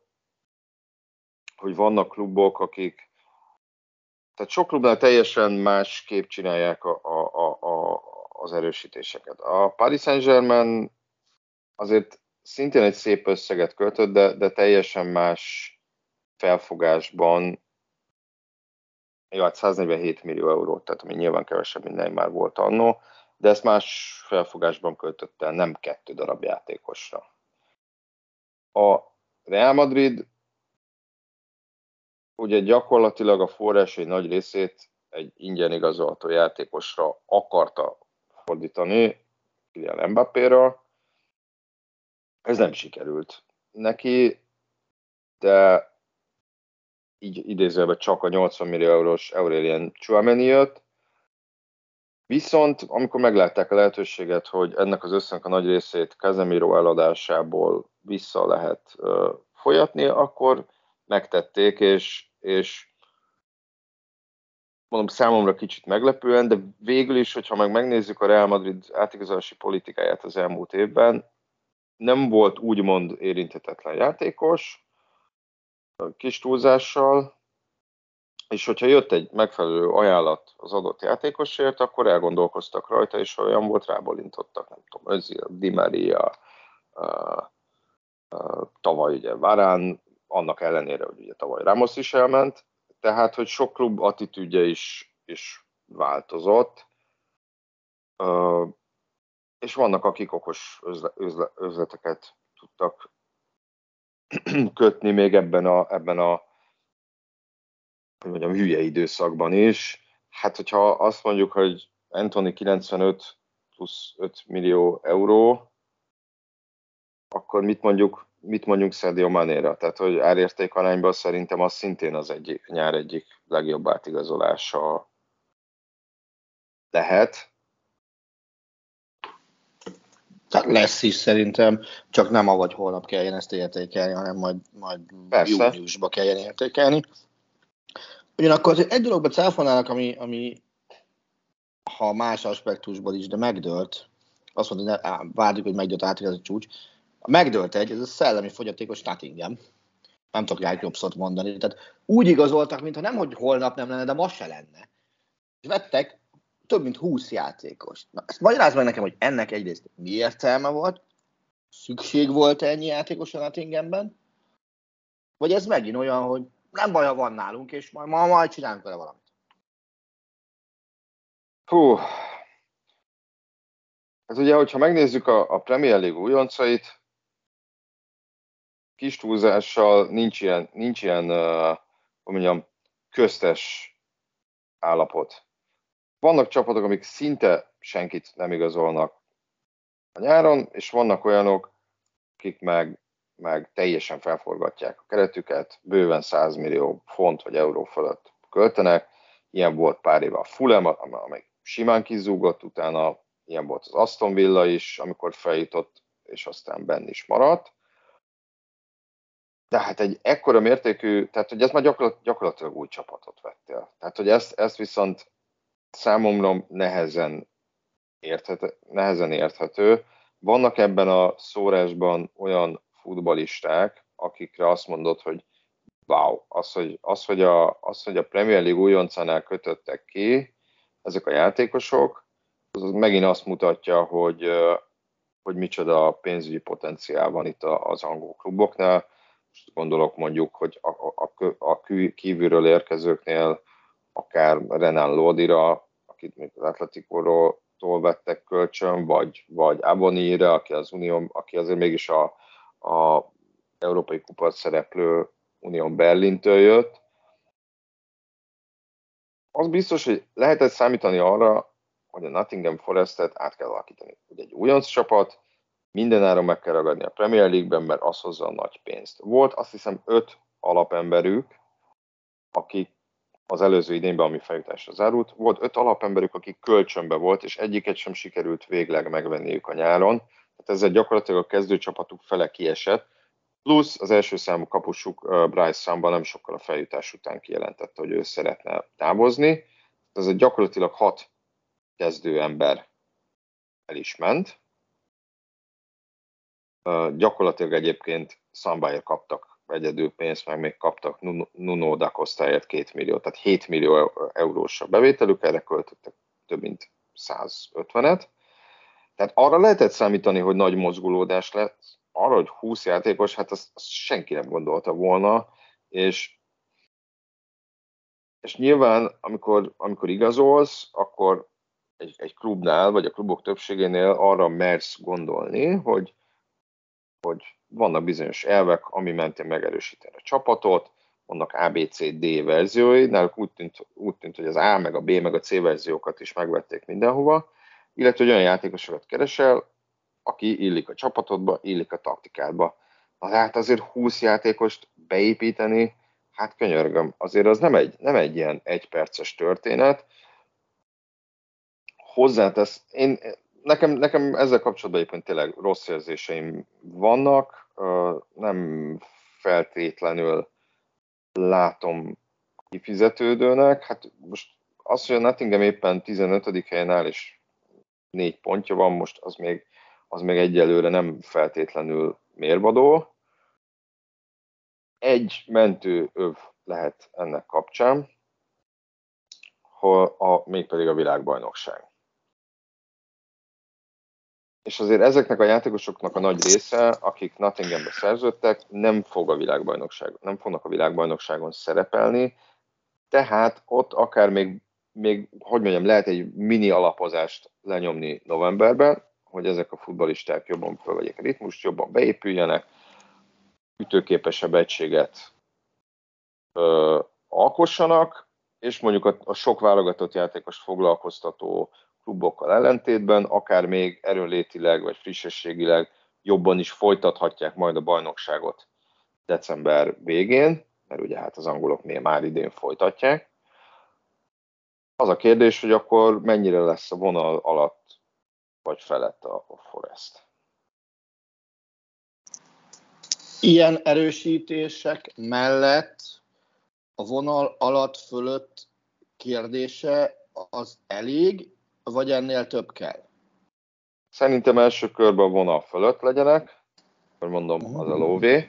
hogy vannak klubok, akik... Tehát sok klubnál teljesen másképp csinálják a, a, a, a, az erősítéseket. A Paris Saint-Germain azért szintén egy szép összeget költött, de, de teljesen más felfogásban, jó, hát száznegyvenhét millió eurót, tehát ami nyilván kevesebb, mint Neymar volt annó, de ezt más felfogásban költött el, nem kettő darab játékosra. A Real Madrid ugye gyakorlatilag a forrásai nagy részét egy ingyen igazolható játékosra akarta fordítani, Kylian Mbappéra. Ez nem sikerült neki, de így idézőben csak a nyolcvan millió eurós Aurélien Tchouaméni jött. Viszont amikor meglátták a lehetőséget, hogy ennek az összegnek a nagy részét Casemiro eladásából vissza lehet uh, folyatni, akkor megtették, és, és mondom, számomra kicsit meglepően, de végül is, hogyha meg megnézzük a Real Madrid átigazolási politikáját az elmúlt évben, nem volt úgymond érinthetetlen játékos, kis túlzással, és hogyha jött egy megfelelő ajánlat az adott játékosért, akkor elgondolkoztak rajta, és olyan volt, rábólintottak, nem tudom, Özil, Di Maria, uh, uh, tavaly ugye Varane, annak ellenére, hogy ugye tavaly Ramos is elment, tehát, hogy sok klub attitűdje is, is változott, uh, és vannak, akik okos özle, özle, özleteket tudtak kötni még ebben a, ebben a hogy mondjam, hülye időszakban is. Hát, hogyha azt mondjuk, hogy Antony kilencvenöt plusz öt millió euró, akkor mit mondjuk, mit mondjuk Sadio Manéra? Tehát, hogy árérték arányban szerintem az szintén az egyik, nyár egyik legjobb átigazolása lehet. Tehát lesz is szerintem, csak nem avagy holnap kelljen ezt értékelni, hanem majd, majd júniusba kelljen értékelni. Ugyanakkor azért egy dologban cáfolnának, ami, ami ha más aspektusból is, de megdőlt, azt mondta, hogy á, várjuk, hogy megdőlt átigazolás csúcs. Megdőlt egy, ez a szellemi fogyatékos Nottingham. Nem tudok rá egy jobb szót mondani. Tehát úgy igazoltak, mintha nem, hogy holnap nem lenne, de ma se lenne. És vettek több mint húsz játékost. Na, ezt magyarázd meg nekem, hogy ennek egyrészt mi értelme volt, szükség volt ennyi játékos a Nottinghamben, vagy ez megint olyan, hogy nem baj, ha van nálunk, és majd, majd, majd csinálunk vele valamit. Hú. Hát ugye, hogyha megnézzük a, a Premier League újoncait, kis túlzással nincs ilyen, nincs ilyen uh, hogy mondjam, köztes állapot. Vannak csapatok, amik szinte senkit nem igazolnak a nyáron, és vannak olyanok, akik meg, meg teljesen felforgatják a keretüket, bőven száz millió font vagy euró fölött költenek. Ilyen volt pár éve a Fulham, amely simán kizúgott, utána ilyen volt az Aston Villa is, amikor feljutott, és aztán benn is maradt. De hát egy ekkora mértékű, tehát hogy ez már gyakorlat, gyakorlatilag új csapatot vettél. Tehát, hogy ezt, ezt viszont számomra nehezen érthető, nehezen érthető. Vannak ebben a szórásban olyan futballisták, akikre azt mondod, hogy wow, az, hogy, az, hogy, a, az, hogy a Premier League újoncánál kötöttek ki ezek a játékosok, az megint azt mutatja, hogy, hogy micsoda pénzügyi potenciál van itt az angol kluboknál. most gondolok mondjuk, hogy a, a, a kívülről érkezőknél akár Renan Lodira, akit még az Atleticóról vettek kölcsön, vagy, vagy Abonire, aki az Unión, aki azért mégis a, a európai kupa szereplő Unión Berlintől jött. Az biztos, hogy lehetett számítani arra, hogy a Nottingham Forestet át kell alakítani. Ugye egy újonc csapat, mindenáron meg kell ragadni a Premier League-ben, mert az hozza a nagy pénzt. Volt azt hiszem öt alapemberük, akik az előző idényben, ami feljutásra zárult, volt öt alapemberük, akik kölcsönbe volt, és egyiket sem sikerült végleg megvenniük a nyáron. Tehát ezzel gyakorlatilag a kezdőcsapatuk fele kiesett, plusz az első számú kapusuk Bryce Samba nem sokkal a feljutás után kijelentette, hogy ő szeretne távozni. Ez gyakorlatilag hat kezdőember el is ment. Gyakorlatilag egyébként Sambáért kaptak egyedül pénzt, meg még kaptak Nuno da Costaért két millió, tehát hét millió eurós a bevételük, erre költöttek több mint százötvenet. Tehát arra lehetett számítani, hogy nagy mozgulódás lett, arra, hogy húsz játékos, hát azt, azt senki nem gondolta volna, és, és nyilván, amikor, amikor igazolsz, akkor egy, egy klubnál, vagy a klubok többségénél arra mersz gondolni, hogy, hogy vannak bizonyos elvek, ami mentén megerősíteni a csapatot, vannak á bé cé dé verziói, náluk úgy tűnt, úgy tűnt, hogy az A, meg a B, meg a C verziókat is megvették mindenhova, illetve hogy olyan játékosokat keresel, aki illik a csapatodba, illik a taktikádba. Na hát azért húsz játékost beépíteni, hát könyörgöm, azért az nem egy, nem egy ilyen egyperces történet. Hozzátesz, én, nekem, nekem ezzel kapcsolatban egyébként tényleg rossz érzéseim vannak, nem feltétlenül látom kifizetődőnek. Hát most az, hogy a Nottingham éppen tizenötödik helyen áll, és négy pontja van, most az még, az még egyelőre nem feltétlenül mérvadó. Egy mentőöv lehet ennek kapcsán, a, mégpedig a világbajnokság. És azért ezeknek a játékosoknak a nagy része, akik Nottinghambe szerződtek, nem fog a világbajnokságon, nem fognak a világbajnokságon szerepelni, tehát ott akár még, még, hogy mondjam, lehet egy mini alapozást lenyomni novemberben, hogy ezek a futballisták jobban fölvegyék a ritmust, jobban beépüljenek, ütőképesebb egységet ö, alkossanak, és mondjuk a, a sok válogatott játékos foglalkoztató klubokkal ellentétben, akár még erőnlétileg vagy frissességileg jobban is folytathatják majd a bajnokságot december végén, mert ugye hát az angolok már idén folytatják. Az a kérdés, hogy akkor mennyire lesz a vonal alatt vagy felett a, a Forest. Ilyen erősítések mellett a vonal alatt fölött kérdése az elég, vagy ennél több kell? Szerintem első körben a vonal fölött legyenek, akkor mondom, az a lóvé.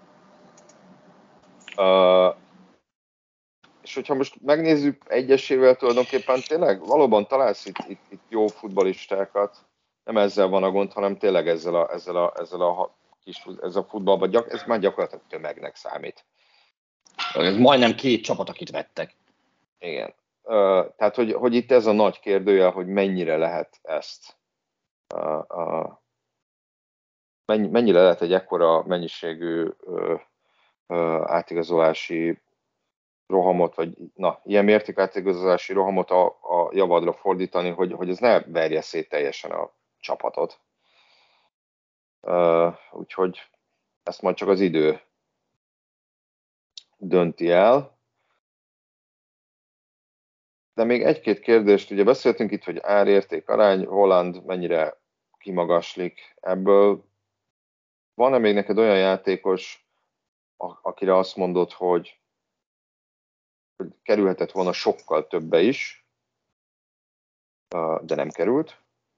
Uh, és hogyha most megnézzük egyesével tulajdonképpen tényleg valóban találsz itt, itt, itt jó futballistákat, nem ezzel van a gond, hanem tényleg ezzel a, ezzel a, ezzel a kis ez a futballban, gyak, ez már gyakorlatilag tömegnek számít. Ez majdnem két csapat, akit vettek. Igen. Uh, tehát, hogy, hogy itt ez a nagy kérdőjel, hogy mennyire lehet ezt, uh, uh, mennyi, mennyire lehet egy ekkora mennyiségű uh, uh, átigazolási rohamot, vagy na, ilyen mértékű átigazolási rohamot a, a javadra fordítani, hogy, hogy ez ne verje szét teljesen a csapatot. Uh, úgyhogy ezt majd csak az idő dönti el. De még egy-két kérdést, ugye beszéltünk itt, hogy árérték arány, Holland mennyire kimagaslik ebből. Van-e még neked olyan játékos, akire azt mondod, hogy, hogy kerülhetett volna sokkal többe is, de nem került,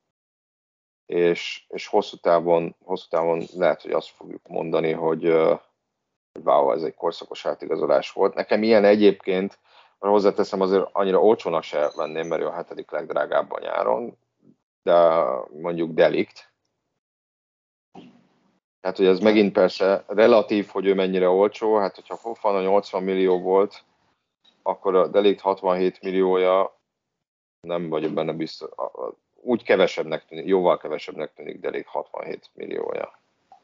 és, és hosszú távon, hosszú távon lehet, hogy azt fogjuk mondani, hogy, hogy wow, ez egy korszakos átigazolás volt. Nekem ilyen egyébként, mert hozzáteszem, azért annyira olcsónak se venném, mert ő a hetedik legdrágább a nyáron, de mondjuk De Ligt. Tehát, hogy ez megint persze relatív, hogy ő mennyire olcsó, hát hogyha Fofana nyolcvan millió volt, akkor a De Ligt hatvanhét milliója, nem vagyok benne biztos, úgy kevesebbnek tűnik, jóval kevesebbnek tűnik De Ligt hatvanhét milliója.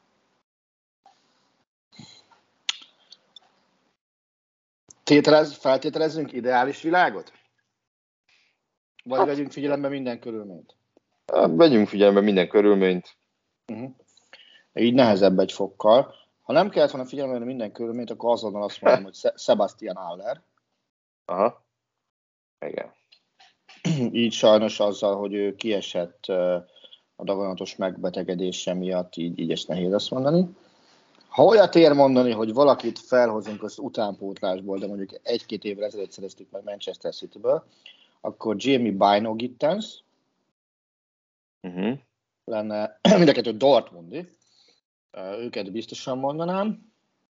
Tételez, feltételezzünk ideális világot? Vagy hát, vegyünk figyelembe minden körülményt? Vegyünk figyelembe minden körülményt. Uh-huh. Így nehezebb egy fokkal. Ha nem kellett volna figyelembe minden körülményt, akkor azonnal azt mondom, hogy Sebastian Haller. Aha. Igen. Így sajnos azzal, hogy ő kiesett a daganatos megbetegedése miatt, így, így ezt nehéz azt mondani. Ha olyat ér mondani, hogy valakit felhozunk az utánpótlásból, de mondjuk egy-két évvel ezelőtt szereztük meg Manchester Cityből, akkor Jamie Bino Gittens uh-huh. lenne, mind a kettő Dortmundi, őket biztosan mondanám.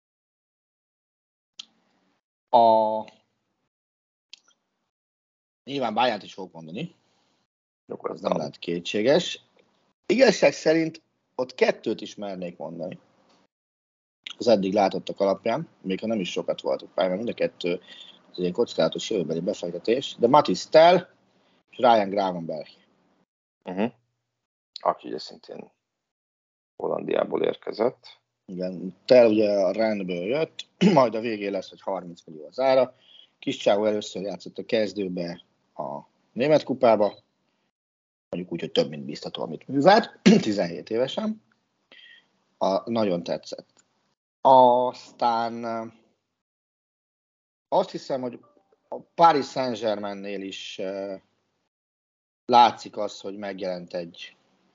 A... Nyilván Bayernt is fogok mondani, ez nem lehet kétséges. Igazság szerint ott kettőt is mernék mondani. Az eddig látottak alapján, még ha nem is sokat voltak pályán, mind a kettő az ilyen kockázatos jövőbeli befektetés, de Mathis Tell és Ryan Gravenberg. Uh-huh. Aki ugye szintén Hollandiából érkezett. Igen, Tell ugye a Rennesből jött, majd a végén lesz, hogy harminc millió az ára. Kis csávó először játszott a kezdőbe a német kupába, mondjuk úgy, hogy több mint biztató, amit művelt, tizenhét évesen. A, nagyon tetszett. Aztán azt hiszem, hogy a Paris Saint-Germainnél is látszik az, hogy megjelent egy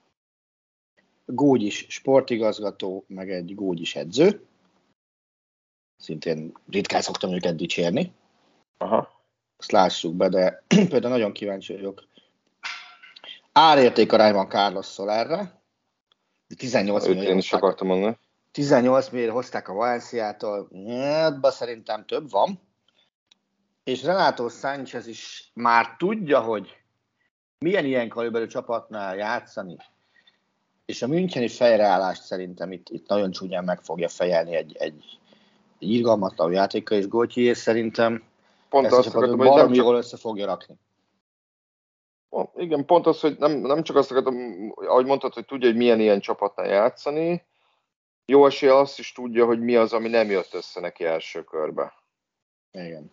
gógyis sportigazgató, meg egy gógyis edző. Szintén ritkán szoktam őket dicsérni. Aha. Azt lássuk be, de például nagyon kíváncsi vagyok. Árértékarányban Carlos Solerre. tizennyolc millió. Én is akartam mondani. tizennyolc millióra hozták a Valenciától. Ebben szerintem több van. És Renato Sánchez is már tudja, hogy milyen ilyen kaliberű csapatnál játszani. És a müncheni fejreállást szerintem itt, itt nagyon csúnyán meg fogja fejelni egy, egy, egy irgalmatlan játékkal, és Gauthier, és szerintem pont ezt a csapatot baromi jól össze fogja rakni. Igen, pont az, hogy nem, nem csak azt akartam, ahogy mondtad, hogy tudja, hogy milyen ilyen csapatnál játszani, jó esélye azt is tudja, hogy mi az, ami nem jött össze neki első körbe. Igen.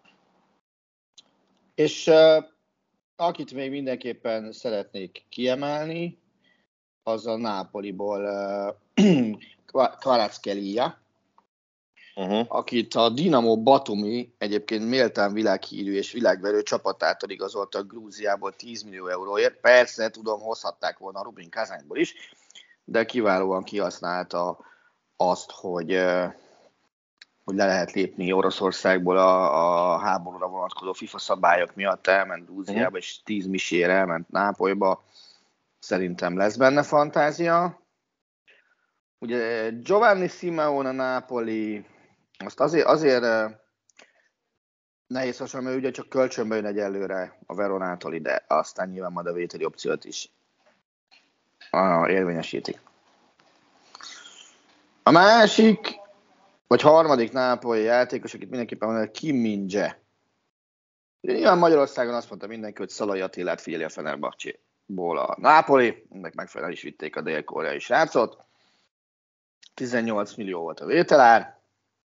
És uh, akit még mindenképpen szeretnék kiemelni, az a Nápoliból uh, Kvaratskhelia, uh-huh. akit a Dinamo Batumi egyébként méltán világhírű és világverő csapatától igazoltak Grúziából tíz millió euróért. Persze, tudom, hozhatták volna a Rubin Kazányból is, de kiválóan kihasználta azt, hogy, uh, hogy le lehet lépni Oroszországból a, a háborúra vonatkozó FIFA szabályok miatt, elment Grúziába, uh-huh. és tíz misére elment Nápolyba. Szerintem lesz benne fantázia. Ugye Giovanni Simeone a Napoli, azt azért, azért nehéz hasonló, mert ugye csak kölcsönbe jön egyelőre a Veronától ide, aztán nyilván majd a vételi opciót is ah, érvényesítik. A másik, vagy harmadik nápolyi játékos, akit mindenképpen mondani, Kim Min-jae. Nyilván Magyarországon azt mondta mindenki, hogy Szalai Attilát figyeli a Fenerbahcséból a Nápoli, ennek megfelelően is vitték a dél-koreai srácot. tizennyolc millió volt a vételár.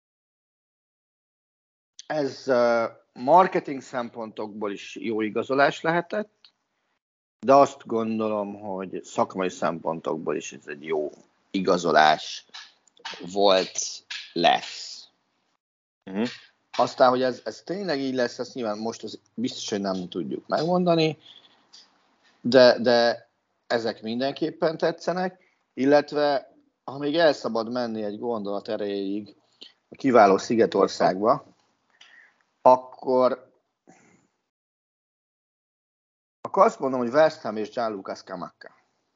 Ez marketing szempontokból is jó igazolás lehetett, de azt gondolom, hogy szakmai szempontokból is ez egy jó igazolás volt, lesz. Uh-huh. Aztán, hogy ez, ez tényleg így lesz, ezt nyilván most az biztos, hogy nem tudjuk megmondani, de, de ezek mindenképpen tetszenek, illetve ha még el szabad menni egy gondolat erejéig a kiváló Szigetországba, akkor, akkor azt mondom, hogy West Ham és Gianluca Scamacca.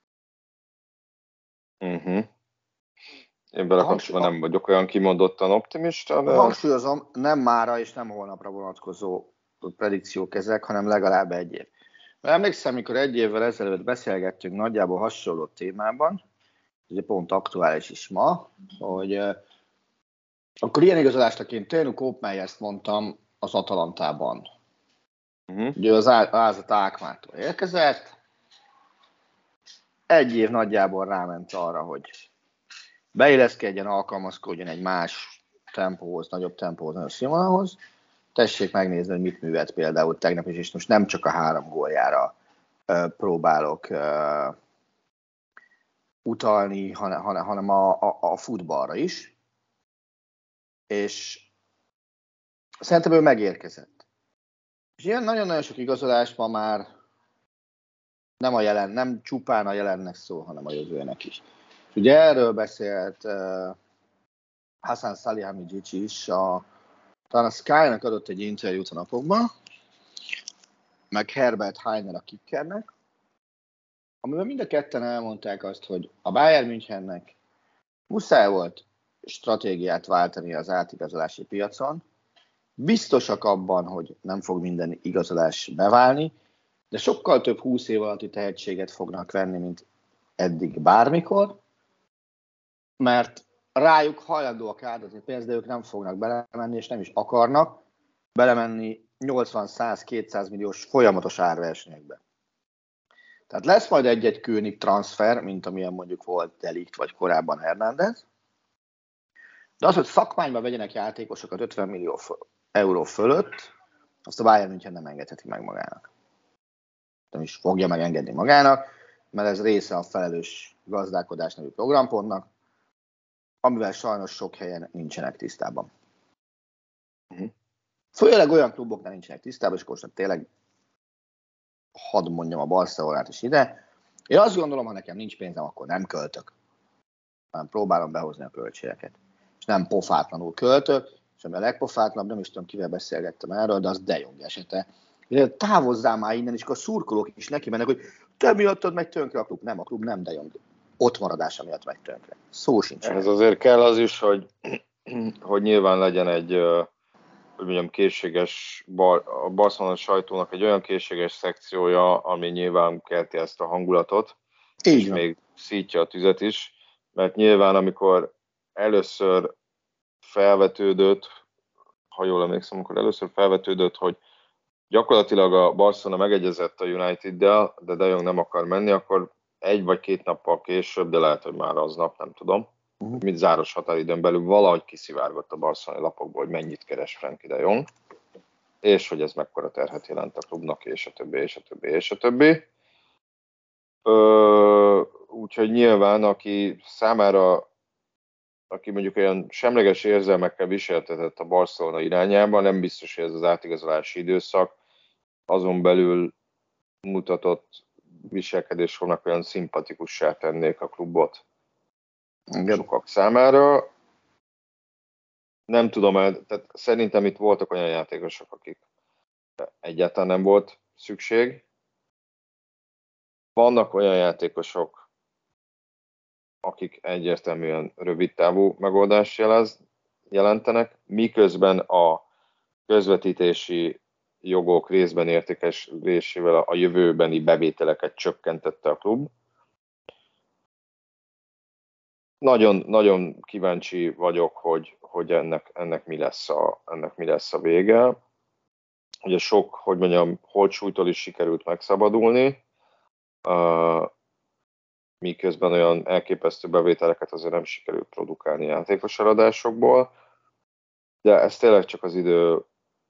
Uh-huh. Én vele kapcsolatban nem vagyok olyan kimondottan optimista. De... Hangsúlyozom, nem mára és nem holnapra vonatkozó predikciók ezek, hanem legalább egy év. Mert emlékszem, amikor egy évvel ezelőtt beszélgettünk nagyjából hasonló témában, ugye pont aktuális is ma, hogy uh, akkor ilyen igazolásnak én Teemu Koopmeinert mondtam az Atalantában. Uh-huh. Ugye az Ázat Ákmától érkezett, egy év nagyjából ráment arra, hogy beilleszkedjen, alkalmazkodjon egy más tempóhoz, nagyobb tempóhoz, nagyobb színvonalhoz. Tessék megnézni, hogy mit művelt például tegnap is, és most nem csak a három góljára uh, próbálok uh, utalni, hanem, hanem a, a, a futballra is. És szerintem ő megérkezett. És ilyen nagyon-nagyon sok igazolás ma már nem a jelen, nem csupán a jelennek szól, hanem a jövőnek is. És ugye erről beszélt uh, Hasan Salihamidzic is, a, talán a Sky-nak adott egy interjút a napokban, meg Herbert Hainer a kickernek, amiben mind a ketten elmondták azt, hogy a Bayern Münchennek muszáj volt stratégiát váltani az átigazolási piacon. Biztosak abban, hogy nem fog minden igazolás beválni, de sokkal több húsz év alatti tehetséget fognak venni, mint eddig bármikor, mert rájuk hajlandóak áldozni pénzt, de ők nem fognak belemenni, és nem is akarnak belemenni nyolcvan, száz, kétszáz milliós folyamatos árversenyekbe. Tehát lesz majd egy-egy König transfer, mint amilyen mondjuk volt De Ligt, vagy korábban Hernández, de az, hogy szakmányba vegyenek játékosokat ötven millió euró fölött, azt a Bayern München nem engedheti meg magának. Nem is fogja megengedni magának, mert ez része a felelős gazdálkodás nevű programpontnak, amivel sajnos sok helyen nincsenek tisztában. Uh-huh. Főleg olyan kluboknál nincsenek tisztában, és most tényleg hadd mondjam a Barcelonát is ide. Én azt gondolom, ha nekem nincs pénzem, akkor nem költök, hanem próbálom behozni a költségeket. És nem pofátlanul költök, és ami a legpofátlanabb, nem is tudom, kivel beszélgettem erről, de az De Jong esete. Távozzál már innen, és akkor a szurkolók is neki mennek, hogy te miattad megy tönkre a klub. Nem, a klub nem De Jong. Ott maradása miatt megy tönkre. Szó sincs. Ez azért kell az is, hogy, hogy nyilván legyen egy, hogy mondjam, készséges, a Barcelona sajtónak egy olyan készséges szekciója, ami nyilván kelti ezt a hangulatot, így és van. még szítja a tüzet is, mert nyilván amikor először felvetődött, ha jól emlékszem, akkor először felvetődött, hogy gyakorlatilag a Barcelona megegyezett a United-del, de De Jong nem akar menni, akkor egy vagy két nappal később, de lehet, hogy már aznap, nem tudom, uh-huh. mint záros határidőn belül valahogy kiszivárgott a barcelonai lapokból, hogy mennyit keres Frenkie De Jong, és hogy ez mekkora terhet jelent a klubnak, és a többi, és a többi, és a többi. Ö, úgyhogy nyilván, aki számára, aki mondjuk olyan semleges érzelmekkel viseltetett a Barcelona irányába, nem biztos, hogy ez az átigazolási időszak azon belül mutatott viselkedés fognak olyan szimpatikussá tennék a klubot. Igen. Sokak számára. Nem tudom, tehát szerintem itt voltak olyan játékosok, akik egyáltalán nem volt szükség. Vannak olyan játékosok, akik egyértelműen rövidtávú megoldást jelez, jelentenek, miközben a közvetítési jogok részben értékelésével a jövőbeni bevételeket csökkentette a klub. Nagyon, nagyon kíváncsi vagyok, hogy, hogy ennek, ennek, mi lesz a, ennek mi lesz a vége. Ugye sok, hogy mondjam, holtsúlytól is sikerült megszabadulni, uh, miközben olyan elképesztő bevételeket azért nem sikerült produkálni játékos eladásokból, de ez tényleg csak az idő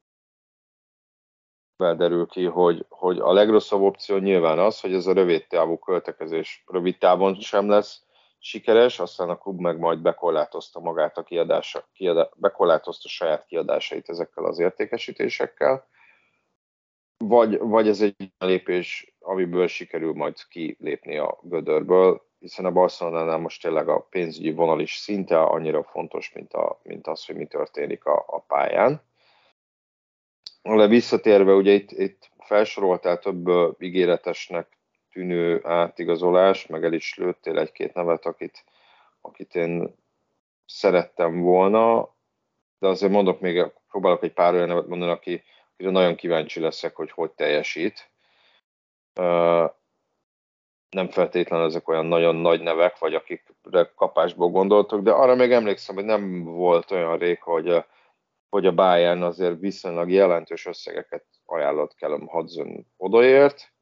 derül ki, hogy, hogy a legrosszabb opció nyilván az, hogy ez a rövid távú költekezés rövid távon sem lesz sikeres, aztán a klub meg majd bekorlátozta magát a kiadása, kiadá, bekorlátozta saját kiadásait ezekkel az értékesítésekkel, vagy, vagy ez egy lépés, amiből sikerül majd kilépni a gödörből, hiszen a Barcelonánál most tényleg a pénzügyi vonal is szinte annyira fontos, mint, a, mint az, hogy mi történik a, a pályán. De visszatérve, ugye itt, itt felsoroltál több ígéretesnek tűnő átigazolás, meg el is lőttél egy-két nevet, akit, akit én szerettem volna, de azért mondok még, próbálok egy pár olyan nevet mondani, aki, akire nagyon kíváncsi leszek, hogy hogy teljesít. nem feltétlenül ezek olyan nagyon nagy nevek, vagy akikre kapásból gondoltok, de arra még emlékszem, hogy nem volt olyan rég, hogy a, hogy a Bayern azért viszonylag jelentős összegeket ajánlott Callum Hudson odaért.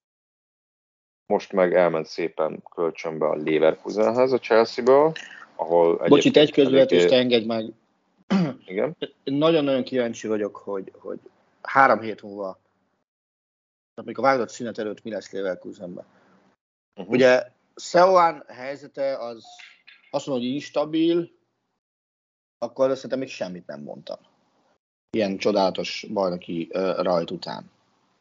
Most meg elment szépen kölcsönbe a Leverkusenhez a Chelsea-ből, ahol Bocs, egy közvetést eléggé... engedj meg. Igen? Nagyon-nagyon kíváncsi vagyok, hogy, hogy három hét múlva, amikor a válogatott szünet előtt mi lesz Leverkusenben. Uh-huh. Ugye Seoane helyzete az azt mondom, hogy instabil, akkor szerintem még semmit nem mondtam. Ilyen csodálatos bajnoki uh, rajt után.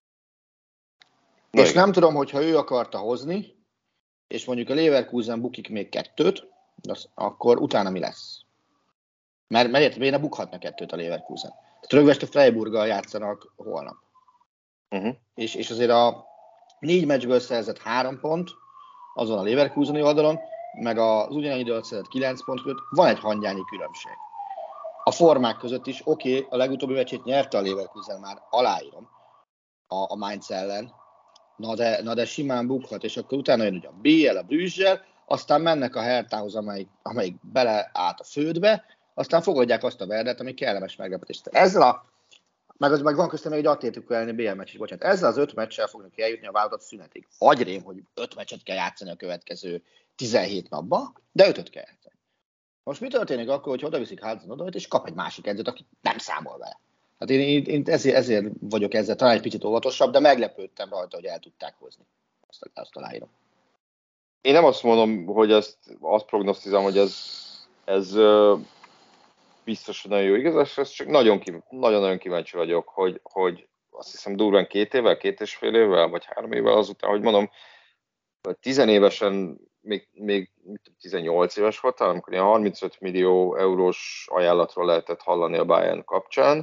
Na és igen. Nem tudom, hogyha ő akarta hozni, és mondjuk a Leverkusen bukik még kettőt, az, akkor utána mi lesz? Mert, mert érted, miért ne bukhatna kettőt a Leverkusen? Tehát rögvest a Freiburggal játszanak holnap. Uh-huh. És, és azért a négy meccsből szerzett három pont, azon a Leverkuseni oldalon, meg az ugyanannyi időt szerzett kilenc pont között van egy hangyányi különbség. A formák között is, oké, okay, a legutóbbi meccsét nyerte a Leverkusen, már aláírom a, a Mainz ellen, na de, na de simán bukhat, és akkor utána jön ugye a bé el, a Brüsszel, aztán mennek a Hertához, amelyik, amelyik beleállt a földbe, aztán fogadják azt a Verdet, ami kellemes meglepetés. Ezzel a, meg, az, meg van köztem még egy Atlético elleni bé el meccs is, bocsánat, ezzel az öt meccsel fognak eljutni a válogatott szünetig. Agyrém, hogy öt meccset kell játszani a következő tizenhét napban, de ötöt kell játszani. Most mi történik akkor, hogy odaviszik Hudson odavét, és kap egy másik edzőt, aki nem számol vele? Hát én, én, én ezért, ezért vagyok ezzel talán egy picit óvatosabb, de meglepődtem rajta, hogy el tudták hozni. Azt, azt aláírom. Én nem azt mondom, hogy ezt, azt prognosztizálom, hogy ez, ez uh, biztos, hogy nagyon jó igazás, csak nagyon-nagyon kíváncsi vagyok, hogy, hogy azt hiszem durván két évvel, két és fél évvel, vagy három évvel azután, hogy mondom, tizenévesen, még, még tizennyolc éves voltam, amikor ilyen harmincöt millió eurós ajánlatról lehetett hallani a Bayern kapcsán.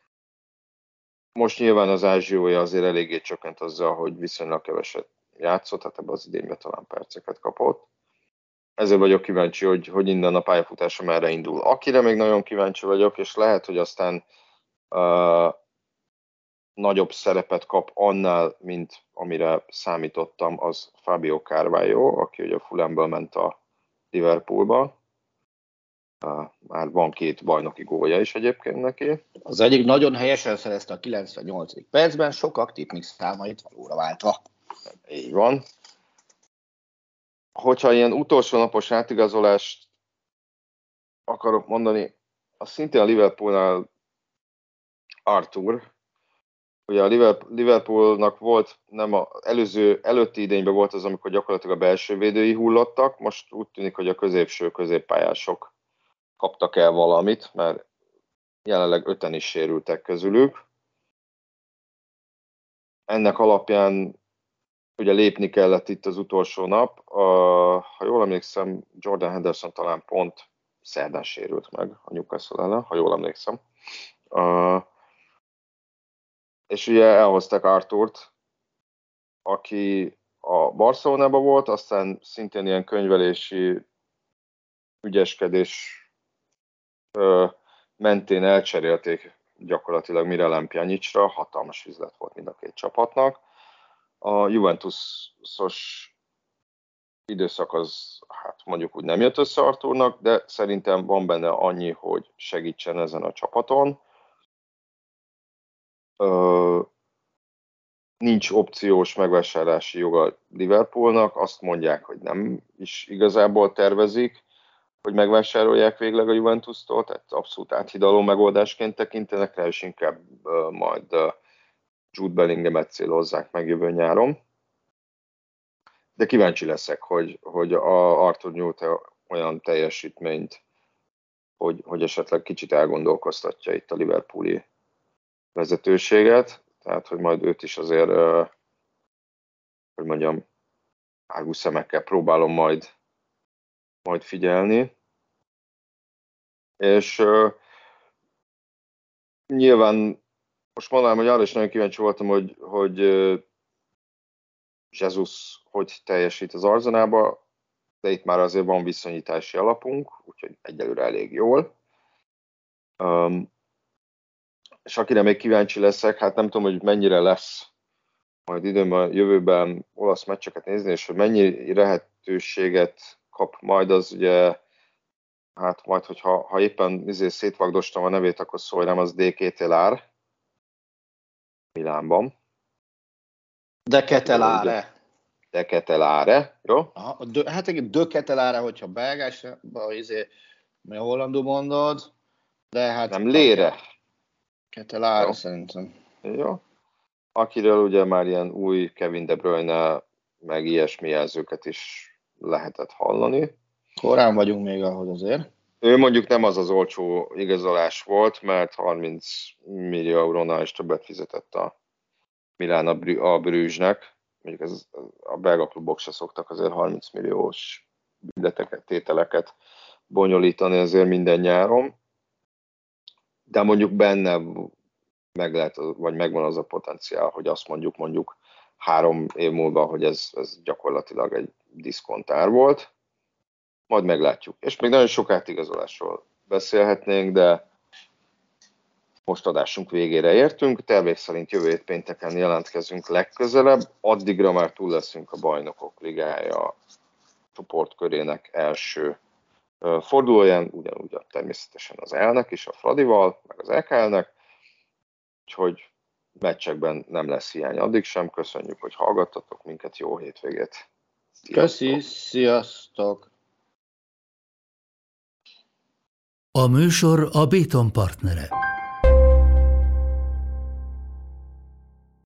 Most nyilván az ázsiója azért eléggé csökkent azzal, hogy viszonylag keveset játszott, hát ebben az idényben talán perceket kapott. Ezért vagyok kíváncsi, hogy, hogy innen a pályafutása merre indul. Akire még nagyon kíváncsi vagyok, és lehet, hogy aztán uh, nagyobb szerepet kap annál, mint amire számítottam, az Fabio Carvalho, aki ugye a Fulhamből ment a Liverpoolba. Uh, már van két bajnoki gólja is egyébként neki. Az egyik nagyon helyesen szerezte a kilencvennyolcadik percben, sok aktív mix számait valóra váltva. Így van. Hogyha ilyen utolsó napos átigazolást akarok mondani, az szintén a Liverpoolnál Arthur. Ugye a Liverpoolnak volt, nem az előző, előtti idényben volt az, amikor gyakorlatilag a belső védői hullottak, most úgy tűnik, hogy a középső középpályások kaptak el valamit, mert jelenleg öten is sérültek közülük. Ennek alapján ugye lépni kellett itt az utolsó nap. A, ha jól emlékszem, Jordan Henderson talán pont szerdán sérült meg a Newcastle ellen, ha jól emlékszem. A, és ugye elhozták Arthurt, aki a Barcelonában volt, aztán szintén ilyen könyvelési ügyeskedés ö, mentén elcserélték gyakorlatilag Miralem Pjanićra, hatalmas üzlet volt mind a két csapatnak. A Juventusos időszak az, hát mondjuk úgy nem jött össze Arthurnak, de szerintem van benne annyi, hogy segítsen ezen a csapaton. Ö, nincs opciós megvásárlási joga Liverpoolnak, azt mondják, hogy nem is igazából tervezik, hogy megvásárolják végleg a Juventustól, tehát abszolút áthidaló megoldásként tekintenek rá, és inkább uh, majd uh, Jude Bellinghamet célozzák meg jövő nyáron. De kíváncsi leszek, hogy, hogy a Arthur nyújt olyan teljesítményt, hogy, hogy esetleg kicsit elgondolkoztatja itt a liverpooli vezetőséget, tehát hogy majd őt is azért, uh, hogy mondjam, árgus szemekkel próbálom majd, majd figyelni. És uh, nyilván most mondanám, hogy arra is nagyon kíváncsi voltam, hogy, hogy uh, Jesus hogy teljesít az Arsenába, de itt már azért van viszonyítási alapunk, úgyhogy egyelőre elég jól. Um, és akire még kíváncsi leszek, hát nem tudom, hogy mennyire lesz majd időben, jövőben olasz meccseket nézni, és hogy mennyi lehetőséget kap majd, az ugye, hát majd, hogyha ha éppen izé szétvagdostam a nevét, akkor szólj rám, az De Ketelare Milánban. De Ketelare. De Ketelare, jó? Aha, de, hát igen, De Ketelare, hogyha belgás, izé, mi a hollandul mondod, de hát... Nem Lére. Ketelare jó. Szerintem. Jó. Akiről ugye már ilyen új Kevin De Bruyne, meg ilyesmi jelzőket is lehetett hallani. Korán vagyunk még ahhoz azért. Ő mondjuk nem az az olcsó igazolás volt, mert harminc millió eurónál is többet fizetett a Milán a, Brü- a Brüssznek. Mondjuk ez, a belga klubok se szoktak azért harminc milliós billeteket, tételeket bonyolítani azért minden nyáron. De mondjuk benne meg lehet, vagy megvan az a potenciál, hogy azt mondjuk mondjuk három év múlva, hogy ez, ez gyakorlatilag egy diszkontár volt. Majd meglátjuk. És még nagyon sok átigazolásról beszélhetnénk, de most adásunk végére értünk. Tervek szerint jövő hét pénteken jelentkezünk legközelebb. Addigra már túl leszünk a Bajnokok Ligája csoportkörének első fordulóján, ugyanúgy természetesen az elnek is, a Fradival, meg az é ká el-nek. Úgyhogy meccsekben nem lesz hiány addig sem. Köszönjük, hogy hallgattatok minket. Jó hétvégét! Sziasztok. Köszi, sziasztok! A műsor a Béton partnere.